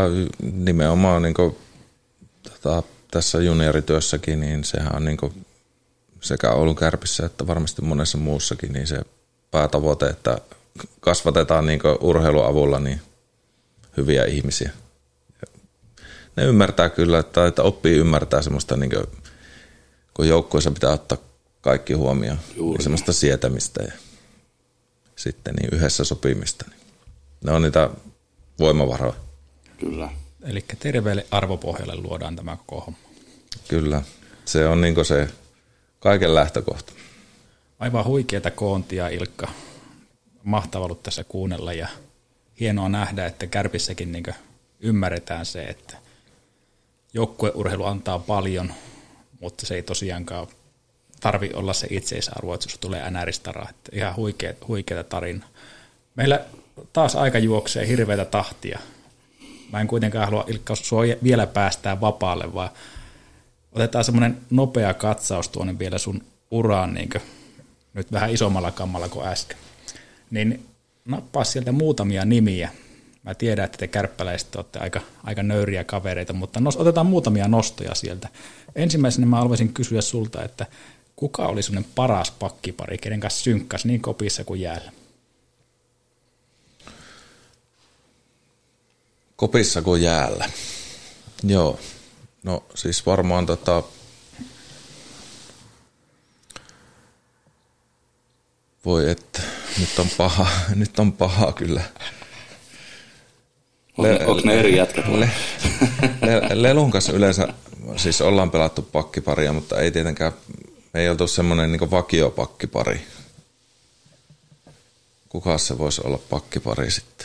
nimenomaan niin kuin, tota, tässä juniorityössäkin, niin sehän on niin kuin, sekä Oulun Kärpissä että varmasti monessa muussakin, niin se päätavoite, että kasvatetaan niin urheilun avulla niin hyviä ihmisiä. Ne ymmärtää kyllä, että, että oppii ymmärtää semmoista, niin kuin, kun joukkueessa pitää ottaa kaikki huomioon, niin semmoista sietämistä ja sitten niin yhdessä sopimista. Ne on niitä voimavaroja. Kyllä. Eli terveelle arvopohjalle luodaan tämä koko homma. Kyllä. Se on niin se kaiken lähtökohta. Aivan huikeata koontia, Ilkka. Mahtava ollut tässä kuunnella ja hienoa nähdä, että Kärpissäkin niin ymmärretään se, että joukkueurheilu antaa paljon, mutta se ei tosiaankaan tarvi olla se itseisarvo, että jos tulee N R-stara. Ihan huikea, huikeata tarina. Meillä taas aika juoksee hirveätä tahtia. Mä en kuitenkaan halua, Ilkka, sua vielä päästää vapaalle, vaan otetaan semmoinen nopea katsaus tuonne vielä sun uraan, niin nyt vähän isommalla kammalla kuin äsken. Niin nappaa sieltä muutamia nimiä. Mä tiedän, että te kärppäläiset olette aika, aika nöyriä kavereita, mutta nos, otetaan muutamia nostoja sieltä. Ensimmäisenä mä haluaisin kysyä sulta, että kuka oli semmoinen paras pakkipari, kenen kanssa synkkäsi niin kopissa kuin jäällä? Kopissa kuin jäällä. Joo. No siis varmaan tota... Voi että, nyt on paha, nyt on paha kyllä. Le- Onko ne eri jätkät? Le- Le- Lelun kanssa yleensä, siis ollaan pelattu pakkiparia, mutta ei tietenkään, ei oltu semmoinen niin vakiopakkipari. Kuka se voisi olla pakkipari sitten?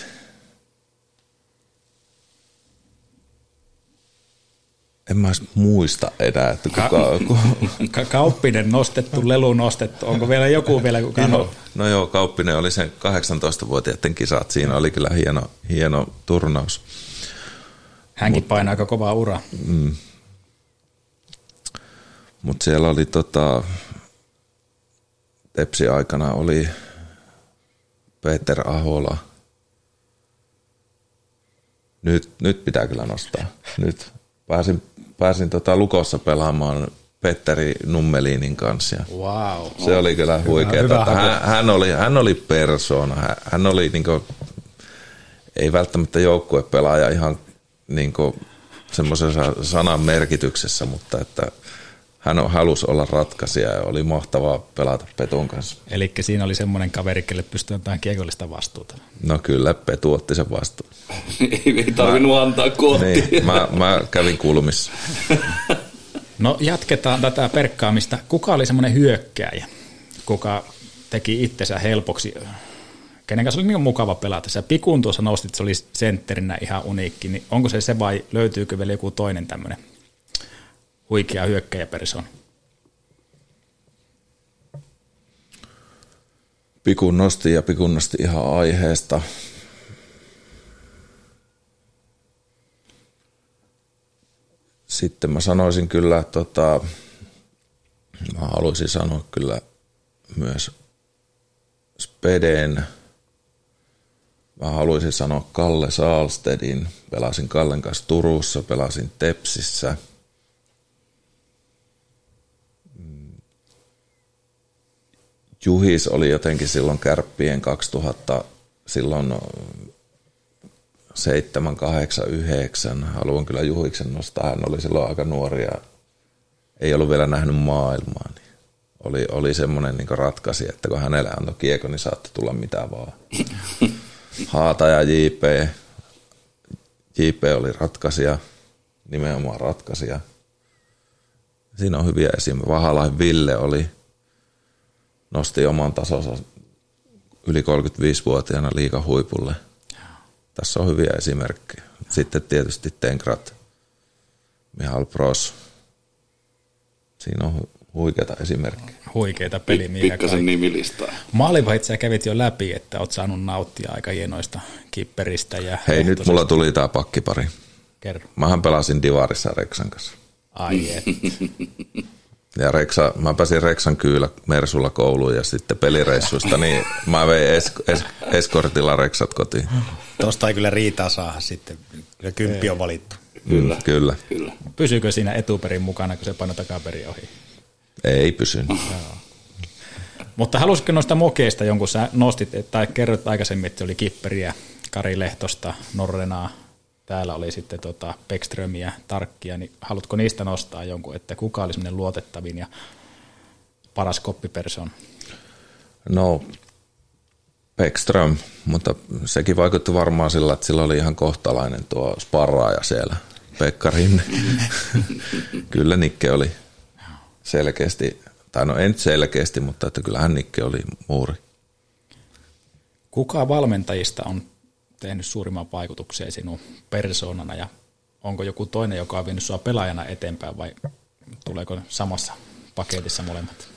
En mä edes muista enää, että kuka... Ka- Kauppinen nostettu, Lelu nostettu. Onko vielä joku vielä, kuka no, no joo, Kauppinen oli sen kahdeksantoistavuotiaiden kisat. Siinä oli kyllä hieno, hieno turnaus. Hänkin Mut, painaa aika kovaa uraa. Mm. Mutta siellä oli tota... Tepsi aikana oli Peter Ahola. Nyt, nyt pitää kyllä nostaa. Nyt pääsin... Pääsin tota Lukossa pelaamaan Petteri Nummelinin kanssa. Wow. Se oli kyllä huikeaa. Hän, hän, oli, hän oli persoona. Hän, hän oli niinku, ei välttämättä joukkuepelaaja ihan niinku semmoisen sanan merkityksessä, mutta että hän halusi olla ratkaisija ja oli mahtavaa pelata Petun kanssa. Eli siinä oli semmoinen kaveri, kelle pystyi antamaan kiekollista vastuuta. No kyllä, Petu otti sen vastuun. Ei tarvinnut mä, antaa koottia. Niin, mä, mä kävin kulmissa. No jatketaan tätä perkkaamista. Kuka oli semmoinen hyökkääjä, kuka teki itsensä helpoksi, kenen kanssa oli niin mukava pelata? Sä Pikun tuossa nostit, että se oli sentterinä ihan uniikki, niin onko se se vai löytyykö vielä joku toinen tämmöinen huikea hyökkäjäpersoona? Pikun nosti ja Pikun nosti ihan aiheesta. Sitten mä sanoisin kyllä, että tota, mä haluaisin sanoa kyllä myös Speden. Mä haluaisin sanoa Kalle Saalstedin. Pelasin Kallen kanssa Turussa, pelasin Tepsissä. Juhis oli jotenkin silloin Kärppien kaksituhatta, silloin seitsemän, kahdeksan, yhdeksän. Haluan kyllä Juhiksen nostaa. Hän oli silloin aika nuori ja ei ollut vielä nähnyt maailmaa. Niin oli, oli semmoinen niin ratkaisi, että kun hänelle antoi kiekko, niin saattoi tulla mitä vaan. Haata ja J P. J P oli ratkaisija, nimenomaan ratkaisija. Siinä on hyviä esimerkkejä. Vahalainen Ville oli, nosti oman tasonsa yli kolmekymmentäviisivuotiaana liigan huipulle. Tässä on hyviä esimerkkejä. Sitten tietysti Tenkrat, Mihal Pros. Siinä on huikeita esimerkkejä. Huikeita pelimiehiä. Pikkasen nimilistaa. Maalivahit sä kävit jo läpi, että oot saanut nauttia aika hienoista kipperistä. Ja hei, nyt mulla tuli tää pakkipari. Kerro. Mähän pelasin Divarissa Reksan kanssa. Ai et. Ja Reksa, mä pääsin Reksan kyylä Mersulla kouluun ja sitten pelireissuista, niin mä vein es- es- eskortilla Reksat kotiin. Tuosta ei kyllä riitaa saada sitten. Kyllä kymppi on valittu. Kyllä. Kyllä. Kyllä. Pysyykö siinä etuperin mukana, kun se paino takaperin ohi? Ei pysynyt. Mutta halusitko noista mokeista jonkun, sä nostit, tai kerroit aikaisemmin, että oli Kipperiä, Kari Lehtosta, Norrenaa, täällä oli sitten tota Bäckströmiä, Tarkkia, niin haluatko niistä nostaa jonkun, että kuka oli semmoinen luotettavin ja paras koppipersoon? No, Bäckström, mutta sekin vaikutti varmaan sillä, että sillä oli ihan kohtalainen tuo sparraaja siellä, Pekka Rinne. Kyllä Nikke oli selkeästi, tai no en selkeästi, mutta että kyllähän Nikke oli muuri. Kuka valmentajista on tehnyt suurimman vaikutuksen sinun persoonana ja onko joku toinen, joka on vienyt sinua pelaajana eteenpäin vai tuleeko samassa paketissa molemmat?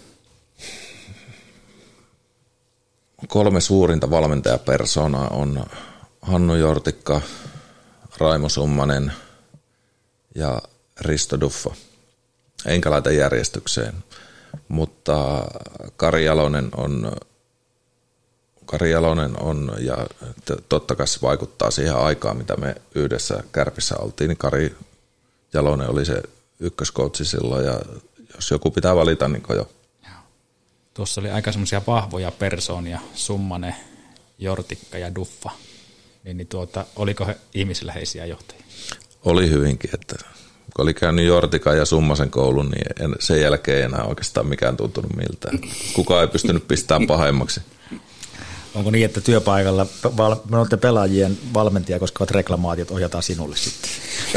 Kolme suurinta valmentajapersoonaa on Hannu Jortikka, Raimo Summanen ja Risto Duffa. Enkä laita järjestykseen, mutta Kari Jalonen on, Kari Jalonen on ja totta kai se vaikuttaa siihen aikaan, mitä me yhdessä Kärpissä oltiin, niin Kari Jalonen oli se ykköskoutsi silloin ja jos joku pitää valita, niin jo. Tuossa oli aika semmoisia vahvoja persoonia, Summanen, Jortikka ja Duffa. Niin, niin tuota, oliko he ihmisläheisiä johtajia? Oli hyvinkin, että kun oli käynyt Jortikan ja Summasen koulun, niin en, sen jälkeen ei enää oikeastaan mikään tuntunut miltään. Kukaan ei pystynyt pistämään pahemmaksi. Onko niin, että työpaikalla val, olette pelaajien valmentajia koskevat reklamaatiot ohjataan sinulle sitten?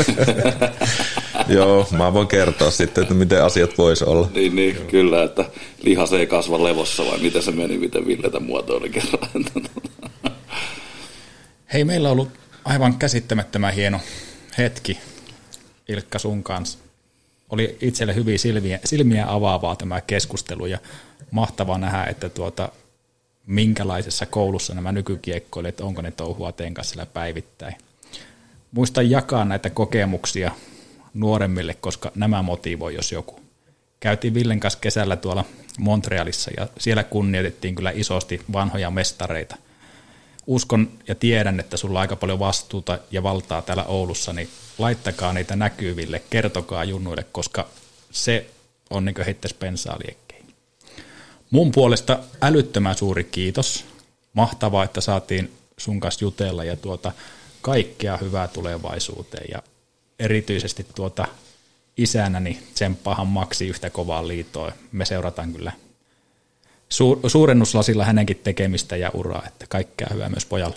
Joo, mä voin kertoa sitten, että miten asiat vois olla. Niin, niin kyllä, että lihas ei kasva levossa vai miten se meni, miten Villetä muotoili kerran. Hei, meillä on ollut aivan käsittämättömän hieno hetki Ilkka sun kanssa. Oli itselle hyvin silmiä, silmiä avaavaa tämä keskustelu ja mahtavaa nähdä, että tuota, minkälaisessa koulussa nämä nykykiekkoilijat, onko ne touhua teen kanssa siellä päivittäin. Muistan jakaa näitä kokemuksia nuoremmille, koska nämä motivoi, jos joku. Käytiin Villen kanssa kesällä tuolla Montrealissa ja siellä kunnioitettiin kyllä isosti vanhoja mestareita. Uskon ja tiedän, että sulla on aika paljon vastuuta ja valtaa täällä Oulussa, niin laittakaa niitä näkyville, kertokaa junnuille, koska se on niin kuin heittäisi pensaa liekkeihin. Mun puolesta älyttömän suuri kiitos. Mahtavaa, että saatiin sun kanssa jutella ja tuota kaikkea hyvää tulevaisuuteen ja erityisesti tuota isänäni tsemppaahan Maksi yhtä kovaa liitoa. Me seurataan kyllä Suur- suurennuslasilla hänenkin tekemistä ja uraa, että kaikkea hyvää myös pojalle.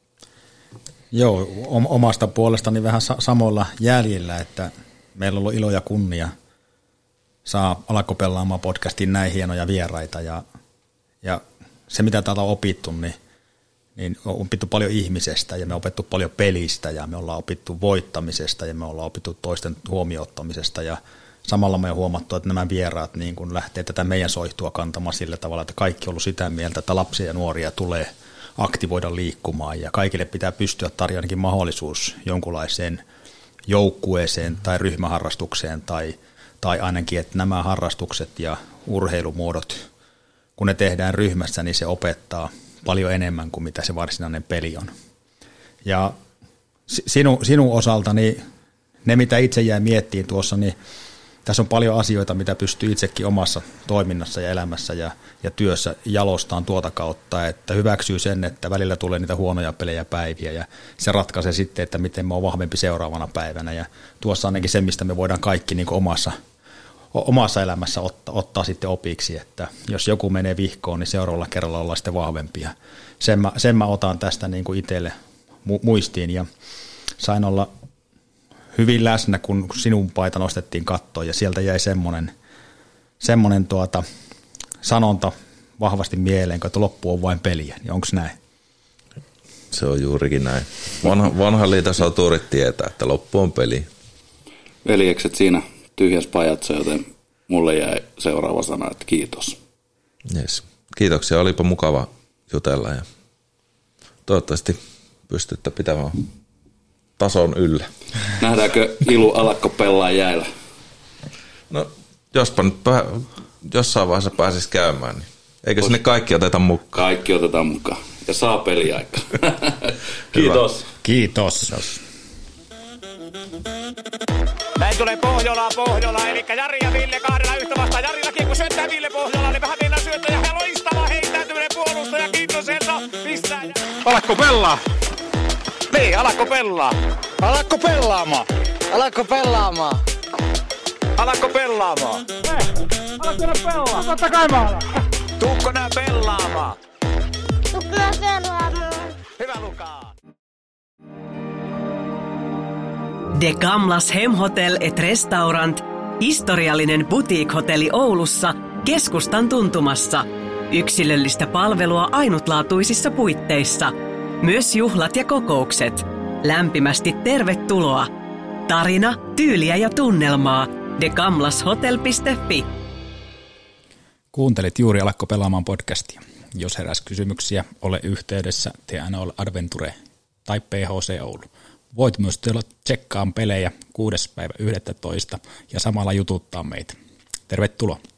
Joo, omasta puolestani vähän sa- samoilla jäljillä, että meillä on ollut ilo ja kunnia saa Alakko pelaamaan podcastiin näin hienoja vieraita ja, ja se mitä täältä on opittu, niin, niin on opittu paljon ihmisestä ja me on opittu paljon pelistä ja me ollaan opittu voittamisesta ja me ollaan opittu toisten huomioottamisesta ja samalla me on huomattu, että nämä vieraat niin kun lähtee tätä meidän soihtua kantamaan sillä tavalla, että kaikki on ollut sitä mieltä, että lapsia ja nuoria tulee aktivoida liikkumaan ja kaikille pitää pystyä tarjoamaan mahdollisuus jonkunlaiseen joukkueeseen tai ryhmäharrastukseen tai, tai ainakin, että nämä harrastukset ja urheilumuodot, kun ne tehdään ryhmässä, niin se opettaa paljon enemmän kuin mitä se varsinainen peli on. Ja sinu, sinun osaltani ne, mitä itse jäi miettimään tuossa, niin tässä on paljon asioita, mitä pystyy itsekin omassa toiminnassa ja elämässä ja, ja työssä jalostaan tuota kautta, että hyväksyy sen, että välillä tulee niitä huonoja pelejä päiviä ja se ratkaisee sitten, että miten me on vahvempi seuraavana päivänä ja tuossa ainakin se, mistä me voidaan kaikki niin kuin omassa, omassa elämässä ottaa, ottaa sitten opiksi, että jos joku menee vihkoon, niin seuraavalla kerralla ollaan sitten vahvempia. Sen mä, sen mä otan tästä niin kuin itselle muistiin ja sain olla hyvin läsnä, kun sinun paita nostettiin kattoon ja sieltä jäi semmoinen, semmoinen tuota, sanonta vahvasti mieleen, että loppu on vain peliä. Niin onko näin? Se on juurikin näin. Vanha, vanha liitasaturit tietää, että loppu on peli. Veljekset siinä tyhjäs pajatso, joten mulle jäi seuraava sana, että kiitos. Yes. Kiitoksia, olipa mukava jutella ja toivottavasti pystytte pitämään tason yllä. Nähdäänkö Ilu Alakko pelaa jäällä? No, jospa nyt pä- jossain vaiheessa pääsisi käymään, niin eikö sinne kaikki oteta mukaan? Kaikki otetaan mukaan. Ja saa peliaikaa. Kiitos. Kiitos. Näin Näin tulee Pohjola, Pohjola, eli Jari ja Ville kahdella yhtä vastaan. Jarilla kiekko syöttää Ville Pohjola, niin vähän mennään syöttö ja loistava heittäytyminen puolustaja Kintoselta. Pistää. Alatko pelaa? Niin, alatko pelaa? Alatko pelaamaan? Alatko pelaamaan? Alatko pelaamaan? Alatko nää pelaa? Totta kai mä alan. Tuukko nää pelaamaan? Tuukko nää pelaamaan? Hyvä Luka. De Gamlas Hemhotel et Restaurant, historiallinen boutique-hotelli Oulussa, keskustan tuntumassa. Yksilöllistä palvelua ainutlaatuisissa puitteissa. Myös juhlat ja kokoukset. Lämpimästi tervetuloa. Tarina, tyyliä ja tunnelmaa. de gamlas hotel piste fi. Kuuntelit juuri Alatko pelaamaan podcastia. Jos heräsi kysymyksiä, ole yhteydessä T N L Adventure tai P H C Oulu. Voit myös tulla tsekkaan pelejä kuudes päivä yhdestoista ja samalla jututtaa meitä. Tervetuloa.